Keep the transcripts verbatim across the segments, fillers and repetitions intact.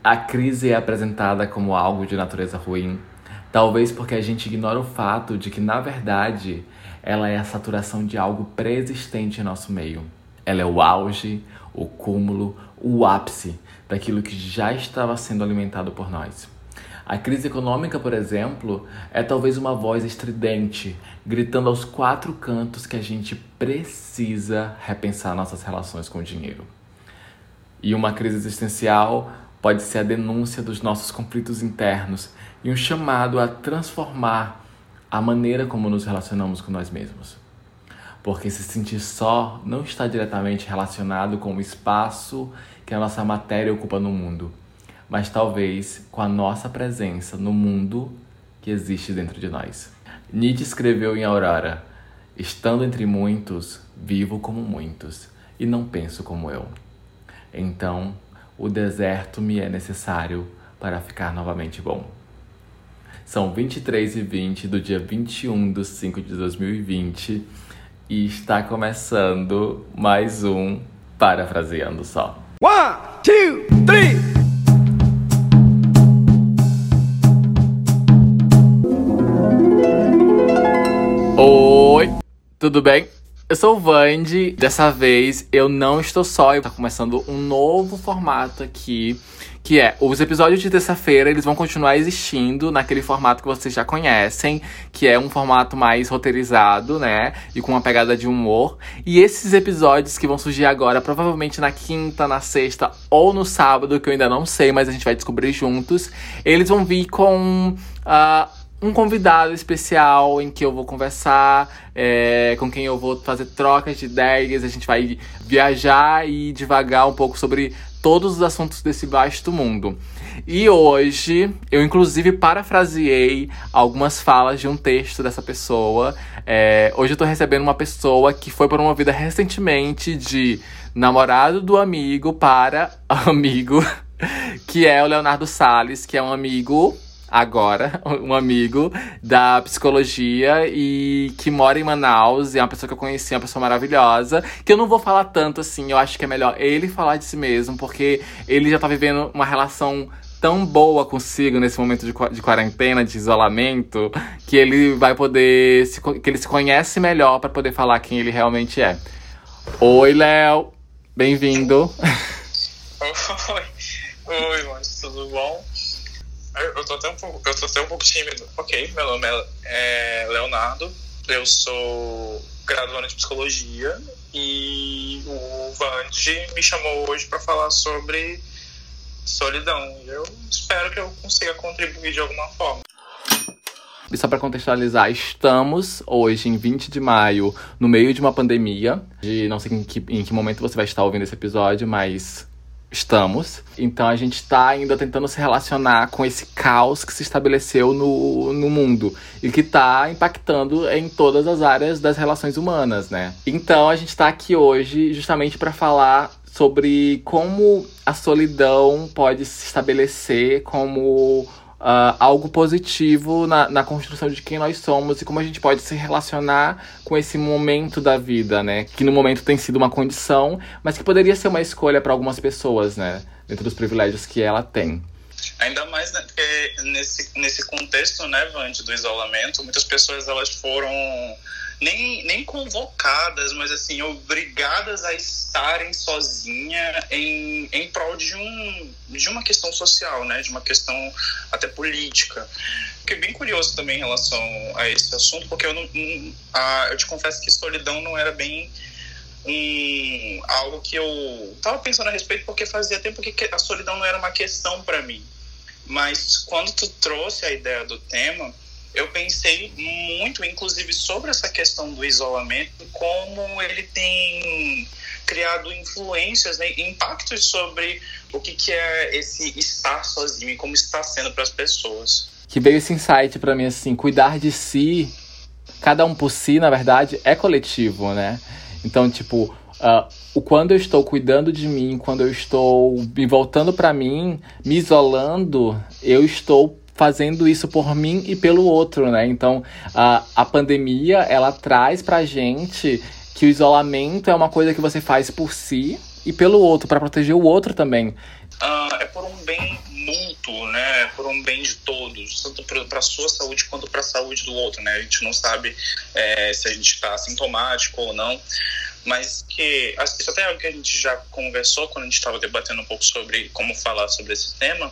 A crise é apresentada como algo de natureza ruim, talvez porque a gente ignora o fato de que, na verdade, ela é a saturação de algo pré-existente em nosso meio. Ela é o auge, o cúmulo, o ápice daquilo que já estava sendo alimentado por nós. A crise econômica, por exemplo, é talvez uma voz estridente, gritando aos quatro cantos que a gente precisa repensar nossas relações com o dinheiro. E uma crise existencial pode ser a denúncia dos nossos conflitos internos e um chamado a transformar a maneira como nos relacionamos com nós mesmos. Porque se sentir só não está diretamente relacionado com o espaço que a nossa matéria ocupa no mundo, mas talvez com a nossa presença no mundo que existe dentro de nós. Nietzsche escreveu em Aurora: estando entre muitos, vivo como muitos e não penso como eu. Então, o deserto me é necessário para ficar novamente bom. São vinte e três e vinte do dia vinte e um de cinco de dois mil e vinte e está começando mais um Parafraseando Só. One, two, three! Oi, tudo bem? Eu sou o Vandi. Dessa vez eu não estou só, está começando um novo formato aqui, que é, os episódios de terça-feira, eles vão continuar existindo naquele formato que vocês já conhecem, que é um formato mais roteirizado, né, e com uma pegada de humor. E esses episódios que vão surgir agora, provavelmente na quinta, na sexta ou no sábado, que eu ainda não sei, mas a gente vai descobrir juntos, eles vão vir com Uh, um convidado especial em que eu vou conversar, é, com quem eu vou fazer trocas de ideias, a gente vai viajar e divagar um pouco sobre todos os assuntos desse vasto mundo. E hoje, eu inclusive parafraseei algumas falas de um texto dessa pessoa. É, hoje eu tô recebendo uma pessoa que foi promovida recentemente de namorado do amigo para amigo, que é o Leonardo Salles, que é um amigo... agora, um amigo da psicologia e que mora em Manaus. E é uma pessoa que eu conheci, uma pessoa maravilhosa, que eu não vou falar tanto assim, eu acho que é melhor ele falar de si mesmo, porque ele já tá vivendo uma relação tão boa consigo nesse momento de, de quarentena, de isolamento, que ele vai poder, se, que ele se conhece melhor pra poder falar quem ele realmente é. Oi, Léo! Bem-vindo! Oi, oi, mas tudo bom? Eu tô, até um pouco, eu tô até um pouco tímido. Ok, meu nome é Leonardo, eu sou graduando de psicologia e o Vandi me chamou hoje para falar sobre solidão. Eu espero que eu consiga contribuir de alguma forma. E só para contextualizar, estamos hoje em vinte de maio, no meio de uma pandemia. De não sei em que, em que momento você vai estar ouvindo esse episódio, mas... estamos. Então a gente tá ainda tentando se relacionar com esse caos que se estabeleceu no, no mundo e que tá impactando em todas as áreas das relações humanas, né? Então a gente tá aqui hoje justamente para falar sobre como a solidão pode se estabelecer como Uh, algo positivo na, na construção de quem nós somos e como a gente pode se relacionar com esse momento da vida, né? Que no momento tem sido uma condição, mas que poderia ser uma escolha para algumas pessoas, né? Dentro dos privilégios que ela tem. Ainda mais, né, porque nesse, nesse contexto, né, Vandi, do isolamento, muitas pessoas elas foram nem, nem convocadas, mas assim, obrigadas a estarem sozinha em, em prol de, um, de uma questão social, né, de uma questão até política. Fiquei bem curioso também em relação a esse assunto, porque eu, não, a, eu te confesso que solidão não era bem... Um, algo que eu tava pensando a respeito, porque fazia tempo que a solidão não era uma questão para mim. Mas quando tu trouxe a ideia do tema, eu pensei muito, inclusive, sobre essa questão do isolamento, como ele tem criado influências, né, impactos sobre o que, que é esse estar sozinho e como está sendo para as pessoas. Que veio esse insight para mim, assim, cuidar de si, cada um por si, na verdade, é coletivo, né? Então, tipo, uh, o quando eu estou cuidando de mim, quando eu estou me voltando para mim, me isolando, eu estou fazendo isso por mim e pelo outro, né? Então, uh, a pandemia, ela traz pra gente que o isolamento é uma coisa que você faz por si e pelo outro, para proteger o outro também. Uh, é por um bem um bem de todos, tanto para a sua saúde quanto para a saúde do outro, né? A gente não sabe é, se a gente está sintomático ou não, mas que isso até é algo que a gente já conversou quando a gente estava debatendo um pouco sobre como falar sobre esse tema.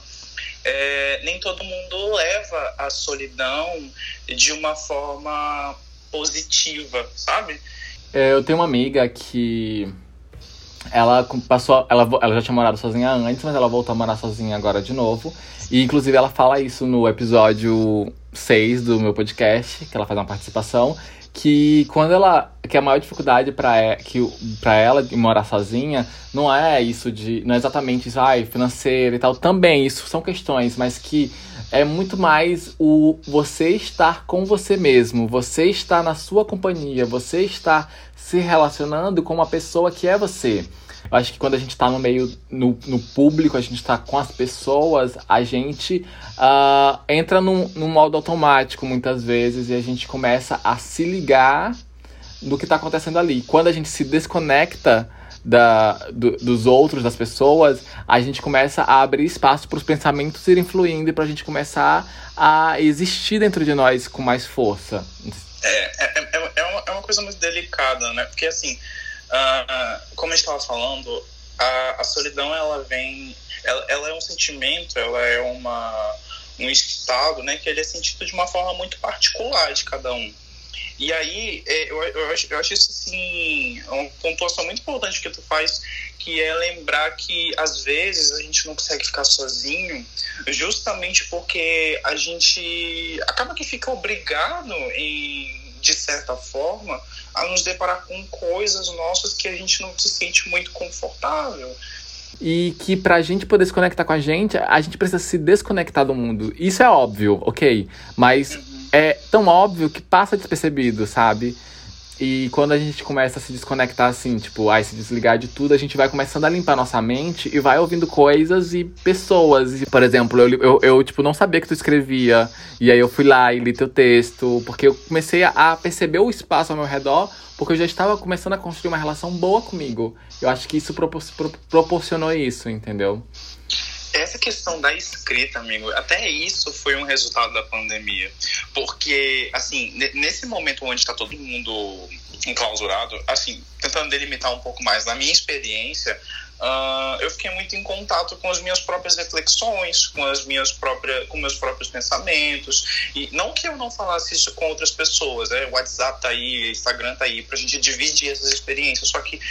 É, nem todo mundo leva a solidão de uma forma positiva, sabe? Eu tenho uma amiga que ela passou, ela, ela já tinha morado sozinha antes, mas ela voltou a morar sozinha agora de novo. E inclusive ela fala isso no episódio seis do meu podcast, que ela faz uma participação, que quando ela, que a maior dificuldade para que para ela de morar sozinha não é isso de, não é exatamente isso, ai, financeiro e tal, também isso são questões, mas que é muito mais o você estar com você mesmo, você estar na sua companhia, você estar se relacionando com uma pessoa que é você. Eu acho que quando a gente tá no meio, no, no público, a gente tá com as pessoas, a gente uh, entra num, num modo automático muitas vezes e a gente começa a se ligar do que tá acontecendo ali. Quando a gente se desconecta da, do, dos outros, das pessoas, a gente começa a abrir espaço para os pensamentos irem fluindo e pra gente começar a existir dentro de nós com mais força. É, é, é, é, uma, é uma coisa muito delicada, né? Porque assim, Uh, como a gente estava falando, a, a solidão, ela vem, ela, ela é um sentimento, ela é uma, um estado, né, que ele é sentido de uma forma muito particular de cada um. E aí, eu, eu, acho, eu acho isso, assim, uma pontuação muito importante que tu faz, que é lembrar que, às vezes, a gente não consegue ficar sozinho, justamente porque a gente acaba que fica obrigado, em, de certa forma, a nos deparar com coisas nossas que a gente não se sente muito confortável. E que pra gente poder se conectar com a gente, a gente precisa se desconectar do mundo. Isso é óbvio, ok? Mas uhum. é tão óbvio que passa despercebido, sabe? E quando a gente começa a se desconectar assim, tipo, ai, se desligar de tudo, a gente vai começando a limpar nossa mente e vai ouvindo coisas e pessoas. E, por exemplo, eu, eu, eu tipo, não sabia que tu escrevia. E aí eu fui lá e li teu texto, porque eu comecei a perceber o espaço ao meu redor, porque eu já estava começando a construir uma relação boa comigo. Eu acho que isso propor- pro- proporcionou isso, entendeu? Essa questão da escrita, amigo, até isso foi um resultado da pandemia. Porque, assim, nesse momento onde está todo mundo enclausurado, assim, tentando delimitar um pouco mais, na minha experiência, uh, eu fiquei muito em contato com as minhas próprias reflexões, com as minhas próprias, com meus próprios pensamentos. E não que eu não falasse isso com outras pessoas, né? O WhatsApp tá aí, o Instagram tá aí, pra gente dividir essas experiências. Só que,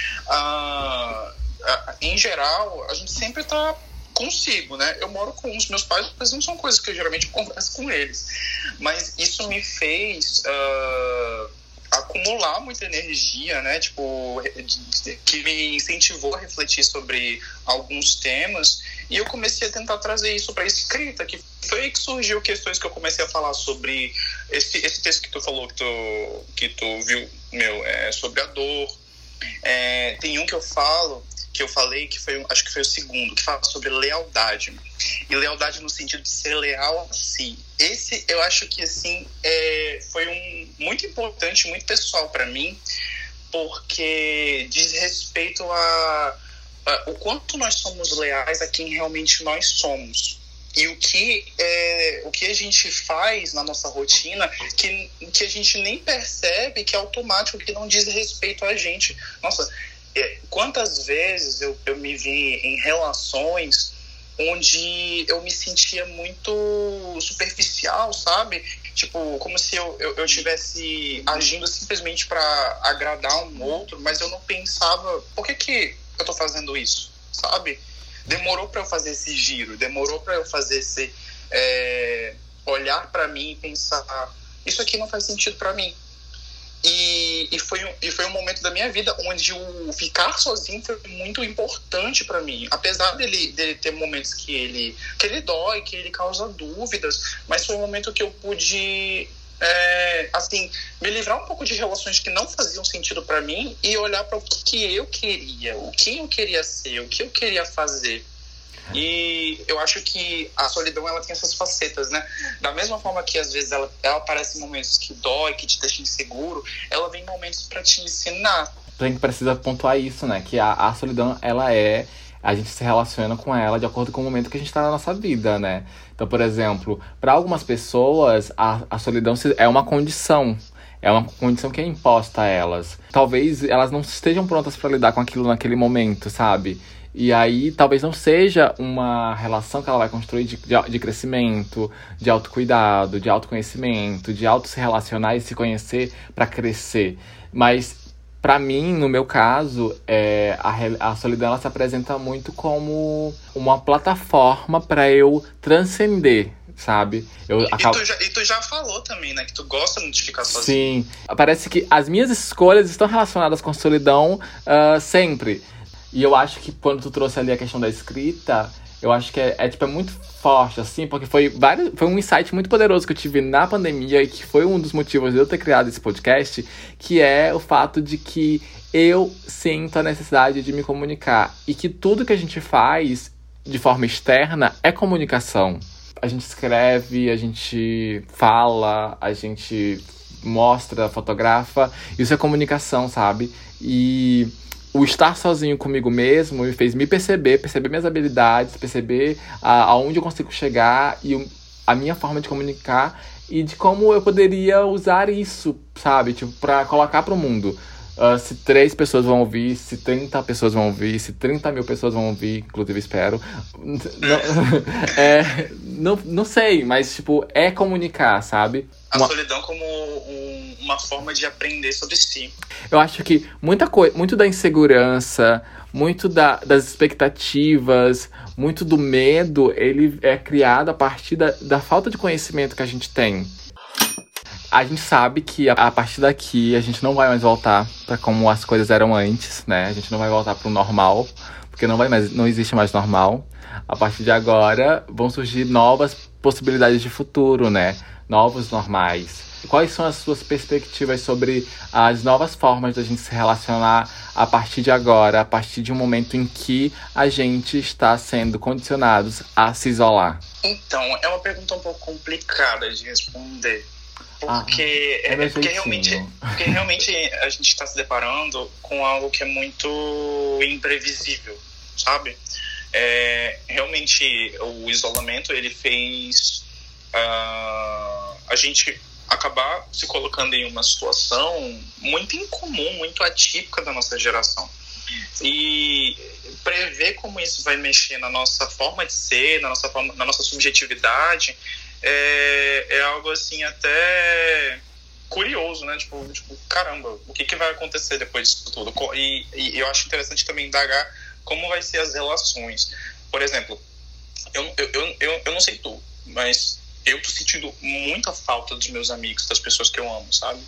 uh, uh, em geral, a gente sempre tá consigo, né? Eu moro com os meus pais, mas não são coisas que eu geralmente converso com eles. Mas isso me fez uh, acumular muita energia, né? Tipo, que me incentivou a refletir sobre alguns temas. E eu comecei a tentar trazer isso para a escrita, que foi aí que surgiu questões que eu comecei a falar sobre esse, esse texto que tu falou, que tu, que tu viu, meu, é, sobre a dor. É, tem um que eu falo, que eu falei, que foi, acho que foi o segundo, que fala sobre lealdade. E lealdade no sentido de ser leal a si. Esse, eu acho que, assim, é, foi um muito importante, muito pessoal para mim, porque diz respeito a, a o quanto nós somos leais a quem realmente nós somos. E o que, é, o que a gente faz na nossa rotina que, que a gente nem percebe, que é automático, que não diz respeito a gente. Nossa, é, quantas vezes eu, eu me vi em relações onde eu me sentia muito superficial, sabe? Tipo, como se eu, eu, eu estivesse agindo simplesmente para agradar um outro, mas eu não pensava, por que que eu tô fazendo isso, sabe? Demorou para eu fazer esse giro, demorou para eu fazer esse é, olhar para mim e pensar, isso aqui não faz sentido para mim. E, e, foi um, e foi um momento da minha vida onde o ficar sozinho foi muito importante para mim. Apesar dele, dele ter momentos que ele, que ele dói, que ele causa dúvidas, mas foi um momento que eu pude é, assim, me livrar um pouco de relações que não faziam sentido para mim e olhar para o que, que eu queria, o que eu queria ser, o que eu queria fazer. E eu acho que a solidão, ela tem essas facetas, né? Da mesma forma que às vezes ela, ela aparece em momentos que dói, que te deixa inseguro, ela vem em momentos para te ensinar. A gente precisa pontuar isso, né? Que a, a solidão, ela é A gente se relaciona com ela de acordo com o momento que a gente tá na nossa vida, né? Então, por exemplo, para algumas pessoas, a, a solidão é uma condição. É uma condição que é imposta a elas. Talvez elas não estejam prontas para lidar com aquilo naquele momento, sabe? E aí, talvez não seja uma relação que ela vai construir de, de, de crescimento, de autocuidado, de autoconhecimento, de auto se relacionar e se conhecer para crescer. Mas, pra mim, no meu caso, é, a, a solidão ela se apresenta muito como uma plataforma para eu transcender, sabe? Eu e, acabo... tu já, e tu já falou também, né? Que tu gosta muito de ficar sozinho. Sim. Parece que as minhas escolhas estão relacionadas com solidão uh, sempre. E eu acho que quando tu trouxe ali a questão da escrita, eu acho que é, é, tipo, é muito forte, assim, porque foi, vários, foi um insight muito poderoso que eu tive na pandemia e que foi um dos motivos de eu ter criado esse podcast, que é o fato de que eu sinto a necessidade de me comunicar e que tudo que a gente faz de forma externa é comunicação. A gente escreve, a gente fala, a gente mostra, fotografa, isso é comunicação, sabe? E o estar sozinho comigo mesmo me fez me perceber, perceber minhas habilidades, perceber a, aonde eu consigo chegar e o, a minha forma de comunicar e de como eu poderia usar isso, sabe? Tipo, pra colocar pro mundo. Uh, se três pessoas vão ouvir, se trinta pessoas vão ouvir, se trinta mil pessoas vão ouvir, inclusive espero. Não, é, não, não sei, mas tipo, é comunicar, sabe? A Uma... solidão como um, uma forma de aprender sobre si. Eu acho que muita coisa, muito da insegurança, muito da, das expectativas, muito do medo, ele é criado a partir da, da falta de conhecimento que a gente tem. A gente sabe que a, a partir daqui a gente não vai mais voltar para como as coisas eram antes, né? A gente não vai voltar para o normal, porque não vai mais, não existe mais normal. A partir de agora vão surgir novas possibilidades de futuro, né? Novos normais. Quais são as suas perspectivas sobre as novas formas da gente se relacionar a partir de agora, a partir de um momento em que a gente está sendo condicionados a se isolar? Então, é uma pergunta um pouco complicada de responder. Porque, ah, é é, porque, realmente, porque realmente a gente está se deparando com algo que é muito imprevisível, sabe? É, realmente, o isolamento, ele fez uh, a gente acabar se colocando em uma situação muito incomum, muito atípica da nossa geração. E prever como isso vai mexer na nossa forma de ser, na nossa, forma, na nossa subjetividade, é, é algo assim até curioso, né? Tipo, tipo caramba, o que, que vai acontecer depois disso tudo? E, e eu acho interessante também indagar como vai ser as relações. Por exemplo, eu, eu, eu, eu não sei tu, mas eu tô sentindo muita falta dos meus amigos, das pessoas que eu amo, sabe?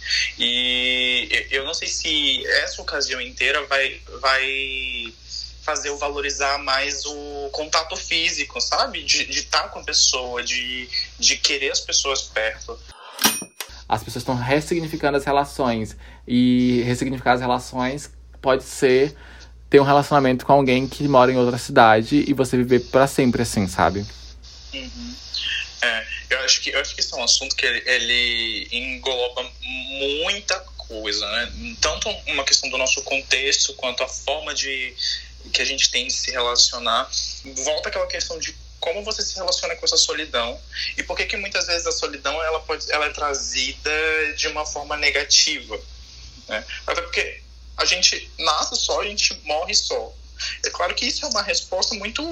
E eu não sei se essa ocasião inteira vai, vai fazer eu valorizar mais o contato físico, sabe? De estar com a pessoa, de, de querer as pessoas perto. As pessoas estão ressignificando as relações. E ressignificar as relações pode ser ter um relacionamento com alguém que mora em outra cidade e você viver pra sempre assim, sabe? Uhum. É, eu acho que, eu acho que esse é um assunto que ele, ele engloba muita coisa, né? Tanto uma questão do nosso contexto, quanto a forma de, que a gente tem de se relacionar. Volta aquela questão de como você se relaciona com essa solidão e por que que muitas vezes a solidão ela, pode, ela é trazida de uma forma negativa, né? Até porque a gente nasce só, a gente morre só. É claro que isso é uma resposta muito...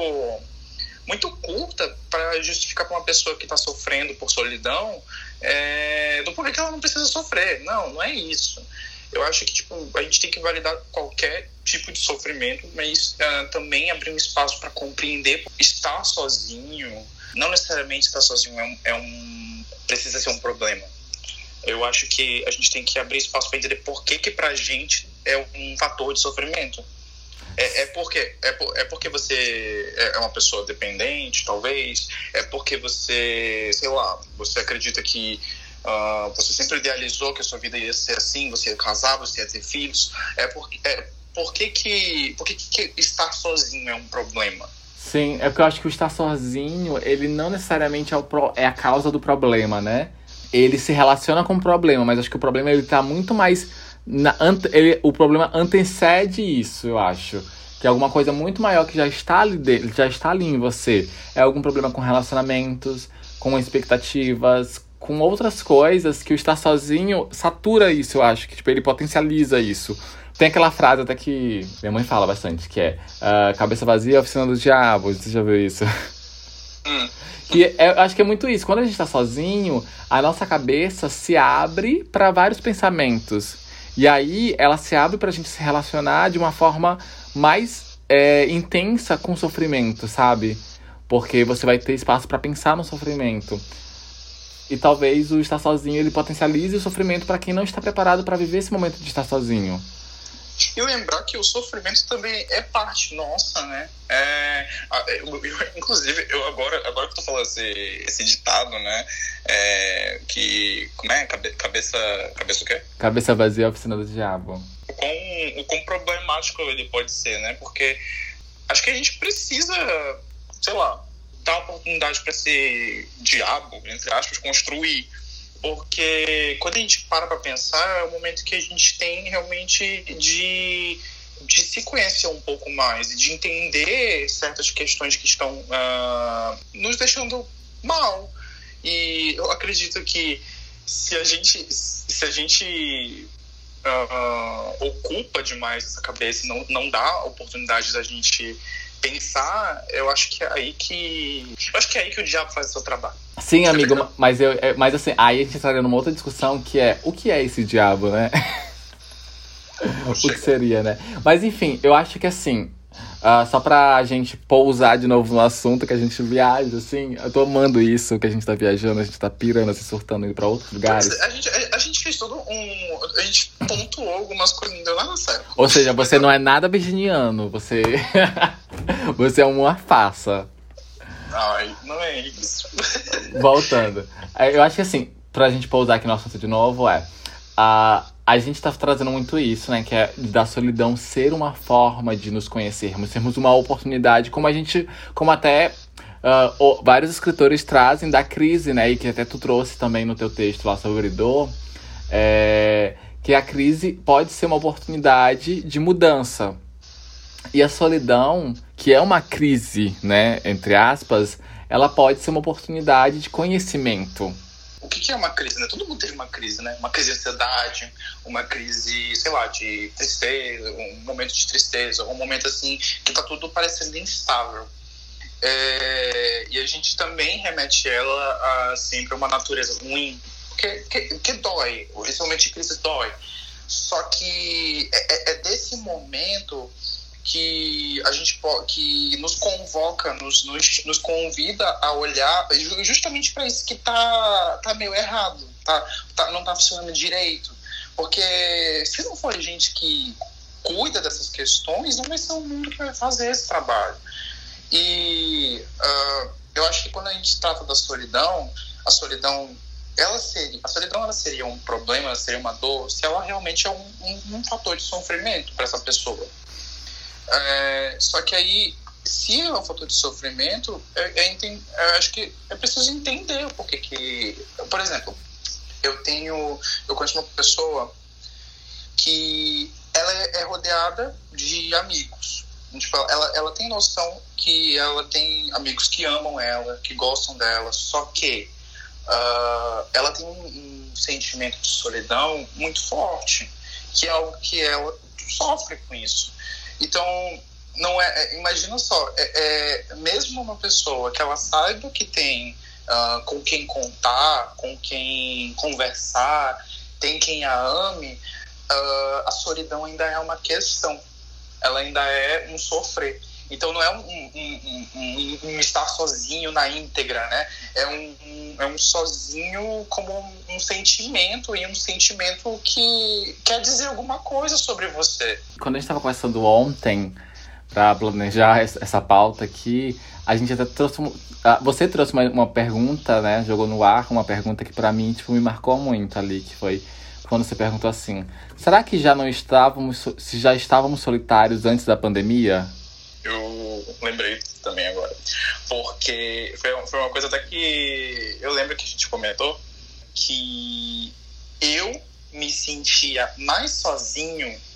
muito curta para justificar para uma pessoa que está sofrendo por solidão é, do porquê que ela não precisa sofrer. Não, não é isso. Eu acho que tipo, a gente tem que validar qualquer tipo de sofrimento, mas uh, também abrir um espaço para compreender estar sozinho. Não necessariamente estar sozinho é um, é um, precisa ser um problema. Eu acho que a gente tem que abrir espaço para entender por que que pra gente é um fator de sofrimento. É, é, porque, é, por, é porque você é uma pessoa dependente, talvez. É porque você, sei lá, você acredita que uh, você sempre idealizou que a sua vida ia ser assim, você ia casar, você ia ter filhos. É porque, é, por que que, por que que estar sozinho é um problema? Sim, é porque eu acho que o estar sozinho, ele não necessariamente é, o pro, é a causa do problema, né? Ele se relaciona com o problema, mas acho que o problema ele tá muito mais... Na, ante, ele, o problema antecede isso, eu acho. Que é alguma coisa muito maior que já está ali, de, já está ali em você. É algum problema com relacionamentos, com expectativas, com outras coisas que o estar sozinho satura isso, eu acho. Que tipo, ele potencializa isso. Tem aquela frase até que minha mãe fala bastante, que é uh, cabeça vazia, oficina do diabo. Você já viu isso? Hum. Que é, eu acho que é muito isso. Quando a gente tá sozinho, a nossa cabeça se abre para vários pensamentos. E aí, ela se abre pra gente se relacionar de uma forma mais é, intensa com o sofrimento, sabe? Porque você vai ter espaço pra pensar no sofrimento. E talvez o estar sozinho, ele potencialize o sofrimento pra quem não está preparado pra viver esse momento de estar sozinho. E lembrar que o sofrimento também é parte nossa, né? É, eu, eu, inclusive, eu agora, agora que eu tô falando esse, esse ditado, né? É, que, como é? Cabe, cabeça, cabeça o quê? Cabeça vazia, oficina do diabo. O quão, o quão problemático ele pode ser, né? Porque acho que a gente precisa, sei lá, dar oportunidade para esse diabo, entre aspas, construir. Porque quando a gente para para pensar, é o momento que a gente tem realmente de, de se conhecer um pouco mais e de entender certas questões que estão uh, nos deixando mal. E eu acredito que se a gente, se a gente uh, ocupa demais essa cabeça e não, não dá oportunidade da gente pensar, eu acho que é aí que eu acho que é aí que o diabo faz o seu trabalho. Sim, amigo, mas, eu, mas assim, aí a gente entraria numa outra discussão que é o que é esse diabo, né? O que seria, né? Mas enfim, eu acho que assim, uh, só pra gente pousar de novo no assunto, que a gente viaja, assim, eu tô amando isso, que a gente tá viajando, a gente tá pirando, se surtando, indo pra outros lugares. A gente, a, a gente fez todo um... A gente pontuou algumas coisas, não deu nada certo. Ou seja, você não é nada virginiano, você... você é uma farsa. Ai, não é isso. Voltando. Eu acho que assim, pra gente pousar aqui no assunto de novo, é... A, a gente tá trazendo muito isso, né? Que é da solidão ser uma forma de nos conhecermos. Termos uma oportunidade, como a gente... Como até uh, o, vários escritores trazem da crise, né? E que até tu trouxe também no teu texto lá sobre dor. É, que a crise pode ser uma oportunidade de mudança. E a solidão, que é uma crise, né, entre aspas, ela pode ser uma oportunidade de conhecimento. O que é uma crise, né? Todo mundo teve uma crise, né? Uma crise de ansiedade, uma crise, sei lá, de tristeza, um momento de tristeza, um momento assim que tá tudo parecendo instável. É... E a gente também remete ela a sempre uma natureza ruim, que, que, que dói, esse momento de crise dói. Só que é, é desse momento que a gente que nos convoca, nos, nos, nos convida a olhar justamente para isso que tá, tá meio errado, tá, tá, não tá funcionando direito. Porque se não for gente que cuida dessas questões, não vai ser o mundo que vai fazer esse trabalho. E uh, eu acho que quando a gente trata da solidão, a solidão, ela seria, a solidão ela seria um problema, ela seria uma dor, se ela realmente é um, um, um fator de sofrimento para essa pessoa. É, só que aí, se é um fator de sofrimento, eu, eu, entendo, eu acho que é preciso entender o porquê que... Por exemplo, eu tenho... Eu conheço uma pessoa que ela é, é rodeada de amigos. Tipo, ela, ela tem noção que ela tem amigos que amam ela, que gostam dela, só que uh, ela tem um, um sentimento de solidão muito forte, que é algo que ela sofre com isso. Então, não é, imagina só, é, é, mesmo uma pessoa que ela saiba que tem uh, com quem contar, com quem conversar, tem quem a ame, uh, a solidão ainda é uma questão, ela ainda é um sofrer. Então não é um, um, um, um estar sozinho na íntegra, né? É um, um, é um sozinho como um, um sentimento, e um sentimento que quer dizer alguma coisa sobre você. Quando a gente estava conversando ontem, para planejar essa pauta aqui, a gente até trouxe... Você trouxe uma, uma pergunta, né? Jogou no ar uma pergunta que para mim tipo, me marcou muito ali, que foi quando você perguntou assim: será que já não estávamos, se já estávamos solitários antes da pandemia? Eu lembrei também agora, porque foi, foi uma coisa até que eu lembro que a gente comentou, que eu me sentia mais sozinho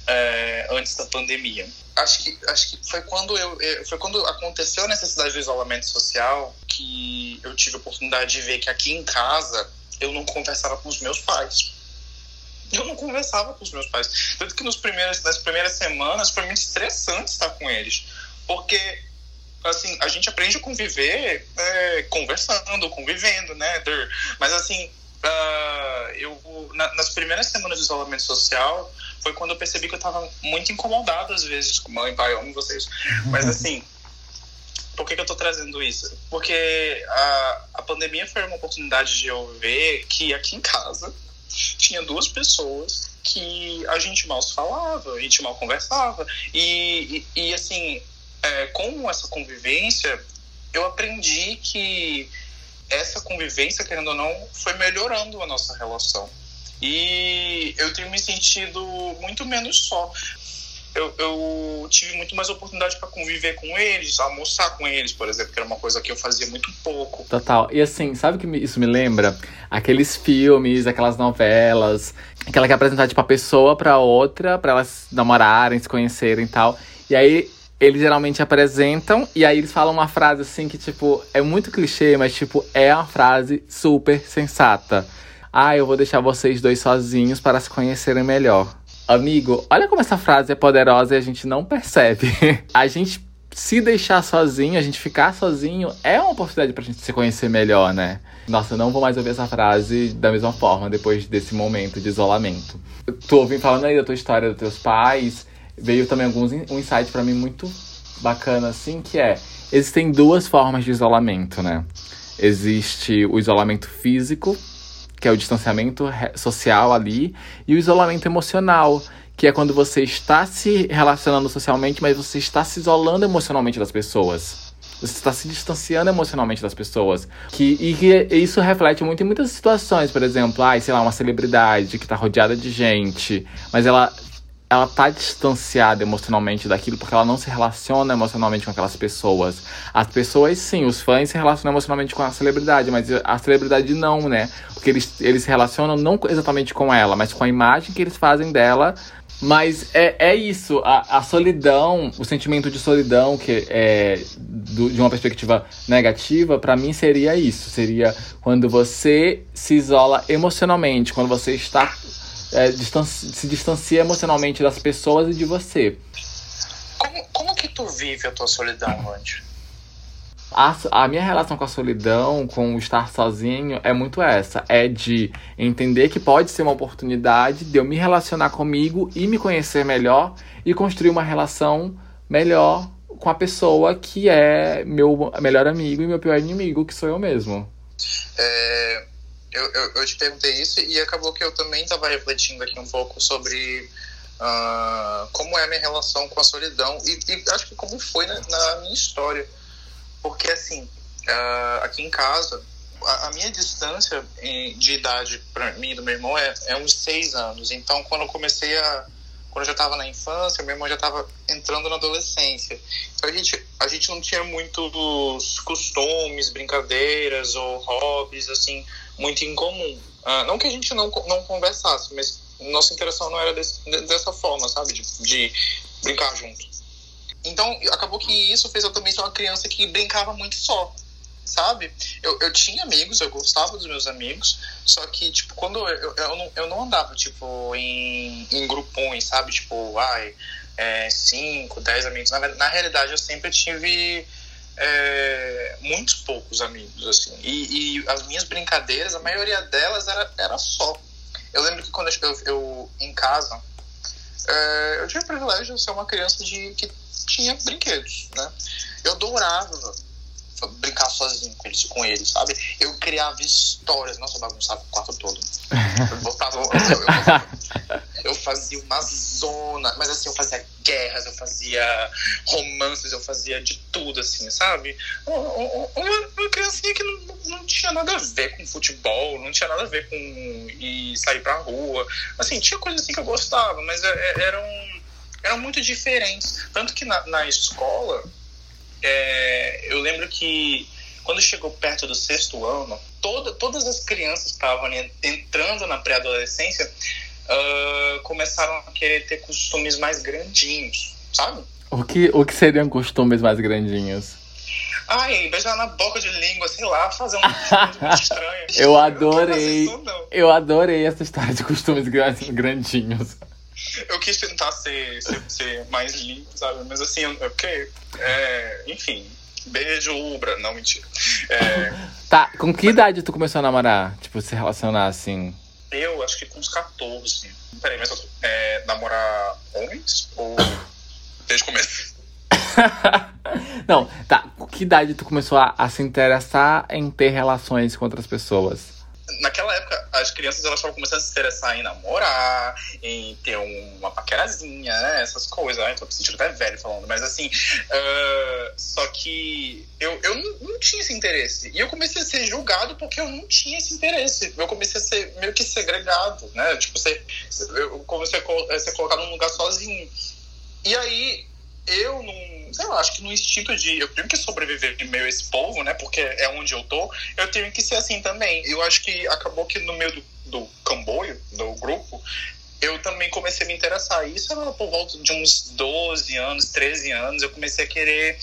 é, antes da pandemia. Acho que, acho que foi, quando eu, foi quando aconteceu a necessidade do isolamento social que eu tive a oportunidade de ver que aqui em casa eu não conversava com os meus pais. Eu não conversava com os meus pais. Tanto que nos primeiros, nas primeiras semanas foi muito estressante estar com eles. Porque, assim, a gente aprende a conviver é, conversando, convivendo, né? Mas, assim, uh, eu, na, nas primeiras semanas de isolamento social foi quando eu percebi que eu estava muito incomodado, às vezes, com mãe, pai, eu amo vocês. Mas, assim, por que, que eu estou trazendo isso? Porque a, a pandemia foi uma oportunidade de eu ver que aqui em casa tinha duas pessoas que a gente mal se falava, a gente mal conversava. E, e, e assim, é, com essa convivência, eu aprendi que essa convivência, querendo ou não, foi melhorando a nossa relação. E eu tenho me sentido muito menos só. Eu, eu tive muito mais oportunidade para conviver com eles, almoçar com eles, por exemplo, que era uma coisa que eu fazia muito pouco. Total. E assim, sabe o que isso me lembra? Aqueles filmes, aquelas novelas, aquela que apresentar tipo a pessoa pra outra, pra elas namorarem, se conhecerem e tal. E aí eles geralmente apresentam e aí eles falam uma frase assim que tipo, é muito clichê, mas tipo, é uma frase super sensata. Ah, eu vou deixar vocês dois sozinhos para se conhecerem melhor. Amigo, olha como essa frase é poderosa e a gente não percebe. A gente se deixar sozinho, a gente ficar sozinho, é uma oportunidade pra gente se conhecer melhor, né? Nossa, eu não vou mais ouvir essa frase da mesma forma depois desse momento de isolamento. Tu ouvindo falando aí da tua história dos teus pais, veio também alguns um insight pra mim muito bacana, assim, que é... Existem duas formas de isolamento, né? Existe o isolamento físico, que é o distanciamento social ali, e o isolamento emocional, que é quando você está se relacionando socialmente, mas você está se isolando emocionalmente das pessoas. Você está se distanciando emocionalmente das pessoas. Que, e que isso reflete muito em muitas situações. Por exemplo, ah, sei lá, uma celebridade que está rodeada de gente, mas ela... ela tá distanciada emocionalmente daquilo porque ela não se relaciona emocionalmente com aquelas pessoas. As pessoas, sim, os fãs se relacionam emocionalmente com a celebridade, mas a celebridade não, né? Porque eles, eles se relacionam não exatamente com ela, mas com a imagem que eles fazem dela. Mas é, é isso, a, a solidão, o sentimento de solidão, que é do, de uma perspectiva negativa, pra mim seria isso. Seria quando você se isola emocionalmente, quando você está... É, distanci- se distancia emocionalmente das pessoas e de você. Como, como que tu vive a tua solidão, Randy? A, a minha relação com a solidão, com o estar sozinho, é muito essa. É de entender que pode ser uma oportunidade de eu me relacionar comigo e me conhecer melhor e construir uma relação melhor com a pessoa que é meu melhor amigo e meu pior inimigo, que sou eu mesmo. É... Eu, eu, eu te perguntei isso e acabou que eu também estava refletindo aqui um pouco sobre uh, como é a minha relação com a solidão e, e acho que como foi na, na minha história. Porque, assim, uh, aqui em casa, a, a minha distância em, de idade para mim e do meu irmão é, é uns seis anos. Então, quando eu comecei a... Quando eu já estava na infância, meu irmão já estava entrando na adolescência. Então, a gente, a gente não tinha muitos costumes, brincadeiras ou hobbies, assim... muito incomum. Uh, não que a gente não, não conversasse, mas nossa interação não era desse, dessa forma, sabe? De, de brincar junto. Então, acabou que isso fez eu também ser uma criança que brincava muito só, sabe? Eu, eu tinha amigos, eu gostava dos meus amigos, só que, tipo, quando eu, eu, eu, não, eu não andava, tipo, em, em grupões, sabe? Tipo, ai, é, cinco, dez amigos. Na, na realidade, eu sempre tive... É, muitos poucos amigos, assim, e, e as minhas brincadeiras, a maioria delas era, era só. Eu lembro que quando eu, eu em casa, é, eu tive o privilégio de ser uma criança de, que tinha brinquedos, né? Eu adorava brincar sozinho com eles, com eles, sabe? Eu criava histórias, nossa, eu bagunçava o quarto todo. Eu botava, eu, eu, eu, eu fazia uma zona, mas assim, eu fazia guerras, eu fazia romances, eu fazia de tudo, assim, sabe? Uma, uma criancinha que não, não tinha nada a ver com futebol, não tinha nada a ver com ir sair pra rua. Assim, tinha coisas assim que eu gostava, mas eram, eram muito diferentes. Tanto que na, na escola, é, eu lembro que quando chegou perto do sexto ano, toda, todas as crianças que estavam entrando na pré-adolescência uh, começaram a querer ter costumes mais grandinhos, sabe? O que, o que seriam costumes mais grandinhos? Ai, beijar na boca de língua, sei lá, fazer um costume muito estranho. Eu adorei. Eu, isso, eu adorei essa história de costumes grandinhos. Eu quis tentar ser, ser, ser mais limpo, sabe? Mas assim, eu, ok. É, enfim, beijo, Ubra. Não, mentira. É, tá, com que idade tu começou a namorar? Tipo, se relacionar assim? Eu acho que com uns catorze. Peraí, mas eu, é, namorar homens? Ou desde o começo? Não, tá. Com que idade tu começou a, a se interessar em ter relações com outras pessoas? Naquela época, as crianças elas estavam começando a se interessar em namorar, em ter um, uma paquerazinha, né? Essas coisas. Ai, tô me sentindo até velho falando, mas assim. Uh, só que eu, eu não, não tinha esse interesse. E eu comecei a ser julgado porque eu não tinha esse interesse. Eu comecei a ser meio que segregado, né? Tipo, ser, eu comecei a ser colocado num lugar sozinho. E aí, eu não, sei lá, acho que no instinto de eu tenho que sobreviver em meio a esse povo, né, porque é onde eu tô, eu tenho que ser assim também. Eu acho que acabou que no meio do, do camboio, do grupo, eu também comecei a me interessar. Isso era por volta de uns doze anos, treze anos, eu comecei a querer,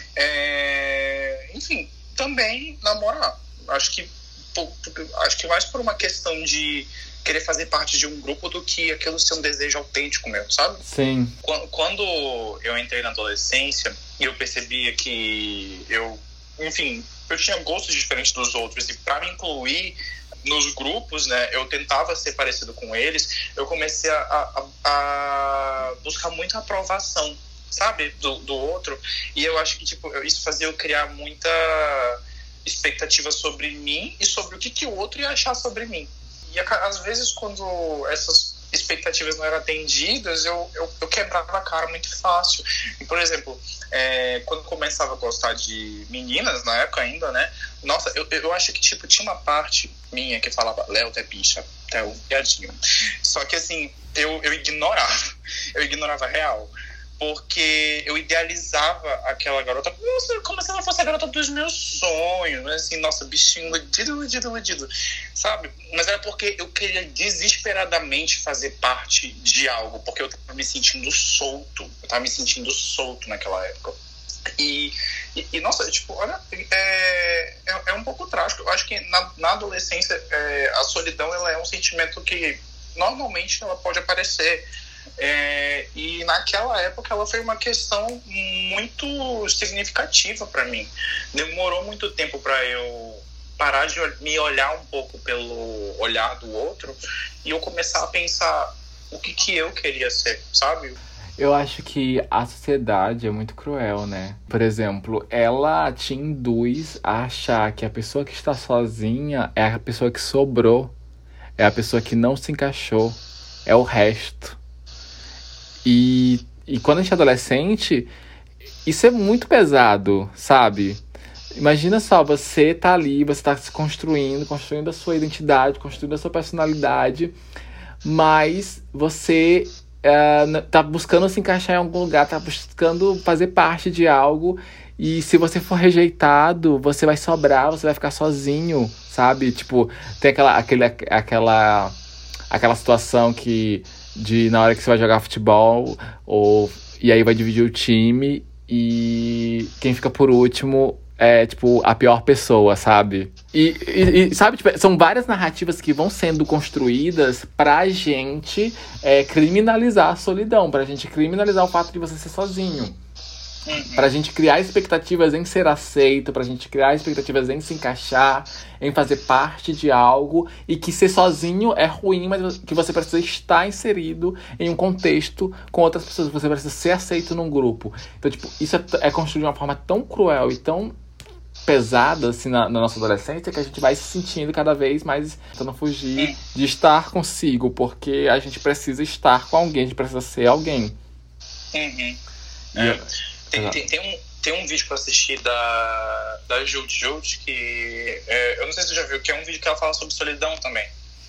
é, enfim, também namorar. Acho que, acho que mais por uma questão de querer fazer parte de um grupo do que aquilo ser um desejo autêntico meu, sabe? Sim. Quando eu entrei na adolescência e eu percebia que eu, enfim, eu tinha gostos diferentes dos outros e para me incluir nos grupos, né, eu tentava ser parecido com eles, eu comecei a, a, a buscar muita aprovação, sabe, do, do outro, e eu acho que, tipo, isso fazia eu criar muita expectativa sobre mim e sobre o que, que o outro ia achar sobre mim. E às vezes, quando essas expectativas não eram atendidas, eu, eu, eu quebrava a cara muito fácil. E, por exemplo, é, quando eu começava a gostar de meninas, na época ainda, né? Nossa, eu, eu acho que, tipo, tinha uma parte minha que falava, Léo, tu é bicha, tu é um piadinho. Só que, assim, eu, eu ignorava. Eu ignorava real. Porque eu idealizava aquela garota como, como se ela fosse a garota dos meus sonhos. Assim, nossa, bichinho iludido, iludido, iludido. Sabe? Mas era porque eu queria desesperadamente fazer parte de algo. Porque eu tava me sentindo solto. Eu tava me sentindo solto naquela época. E, e, e nossa, tipo, olha, é, é, é um pouco trágico. Eu acho que na, na adolescência, é, a solidão ela é um sentimento que normalmente ela pode aparecer. É, e naquela época ela foi uma questão muito significativa para mim. Demorou muito tempo para eu parar de me olhar um pouco pelo olhar do outro e eu começar a pensar o que, que eu queria ser, sabe? Eu acho que a sociedade é muito cruel, né? Por exemplo, ela te induz a achar que a pessoa que está sozinha é a pessoa que sobrou, é a pessoa que não se encaixou, é o resto. E, e quando a gente é adolescente, isso é muito pesado, sabe? Imagina só, você tá ali, você tá se construindo, construindo a sua identidade, construindo a sua personalidade, mas você uh, tá buscando se encaixar em algum lugar, tá buscando fazer parte de algo, e se você for rejeitado, você vai sobrar, você vai ficar sozinho, sabe? Tipo, tem aquela, aquele, aquela, aquela situação que... de na hora que você vai jogar futebol, ou, e aí vai dividir o time, e quem fica por último é, tipo, a pior pessoa, sabe? E, e, e sabe, tipo, são várias narrativas que vão sendo construídas pra gente é, criminalizar a solidão, pra gente criminalizar o fato de você ser sozinho. Pra gente criar expectativas em ser aceito, pra gente criar expectativas em se encaixar, em fazer parte de algo, e que ser sozinho é ruim, mas que você precisa estar inserido em um contexto com outras pessoas, você precisa ser aceito num grupo. Então, tipo, isso é, é construído de uma forma tão cruel e tão pesada, assim, na, na nossa adolescência, que a gente vai se sentindo cada vez mais tentando fugir de estar consigo, porque a gente precisa estar com alguém, a gente precisa ser alguém. Uhum. É. Tem, tem, tem, um, tem um vídeo pra assistir da, da Jut Jut que é, eu não sei se você já viu, que é um vídeo que ela fala sobre solidão também.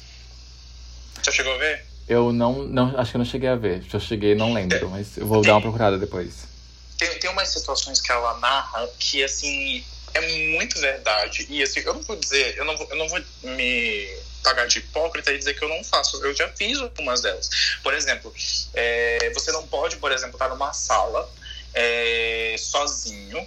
Já chegou a ver? Eu não, não acho que eu não cheguei a ver. Se eu cheguei, não lembro, é, mas eu vou tem, dar uma procurada depois. Tem, tem umas situações que ela narra que, assim, é muito verdade. E assim, eu não vou dizer, eu não vou, eu não vou me pagar de hipócrita e dizer que eu não faço. Eu já fiz algumas delas. Por exemplo, é, você não pode, por exemplo, estar numa sala é, sozinho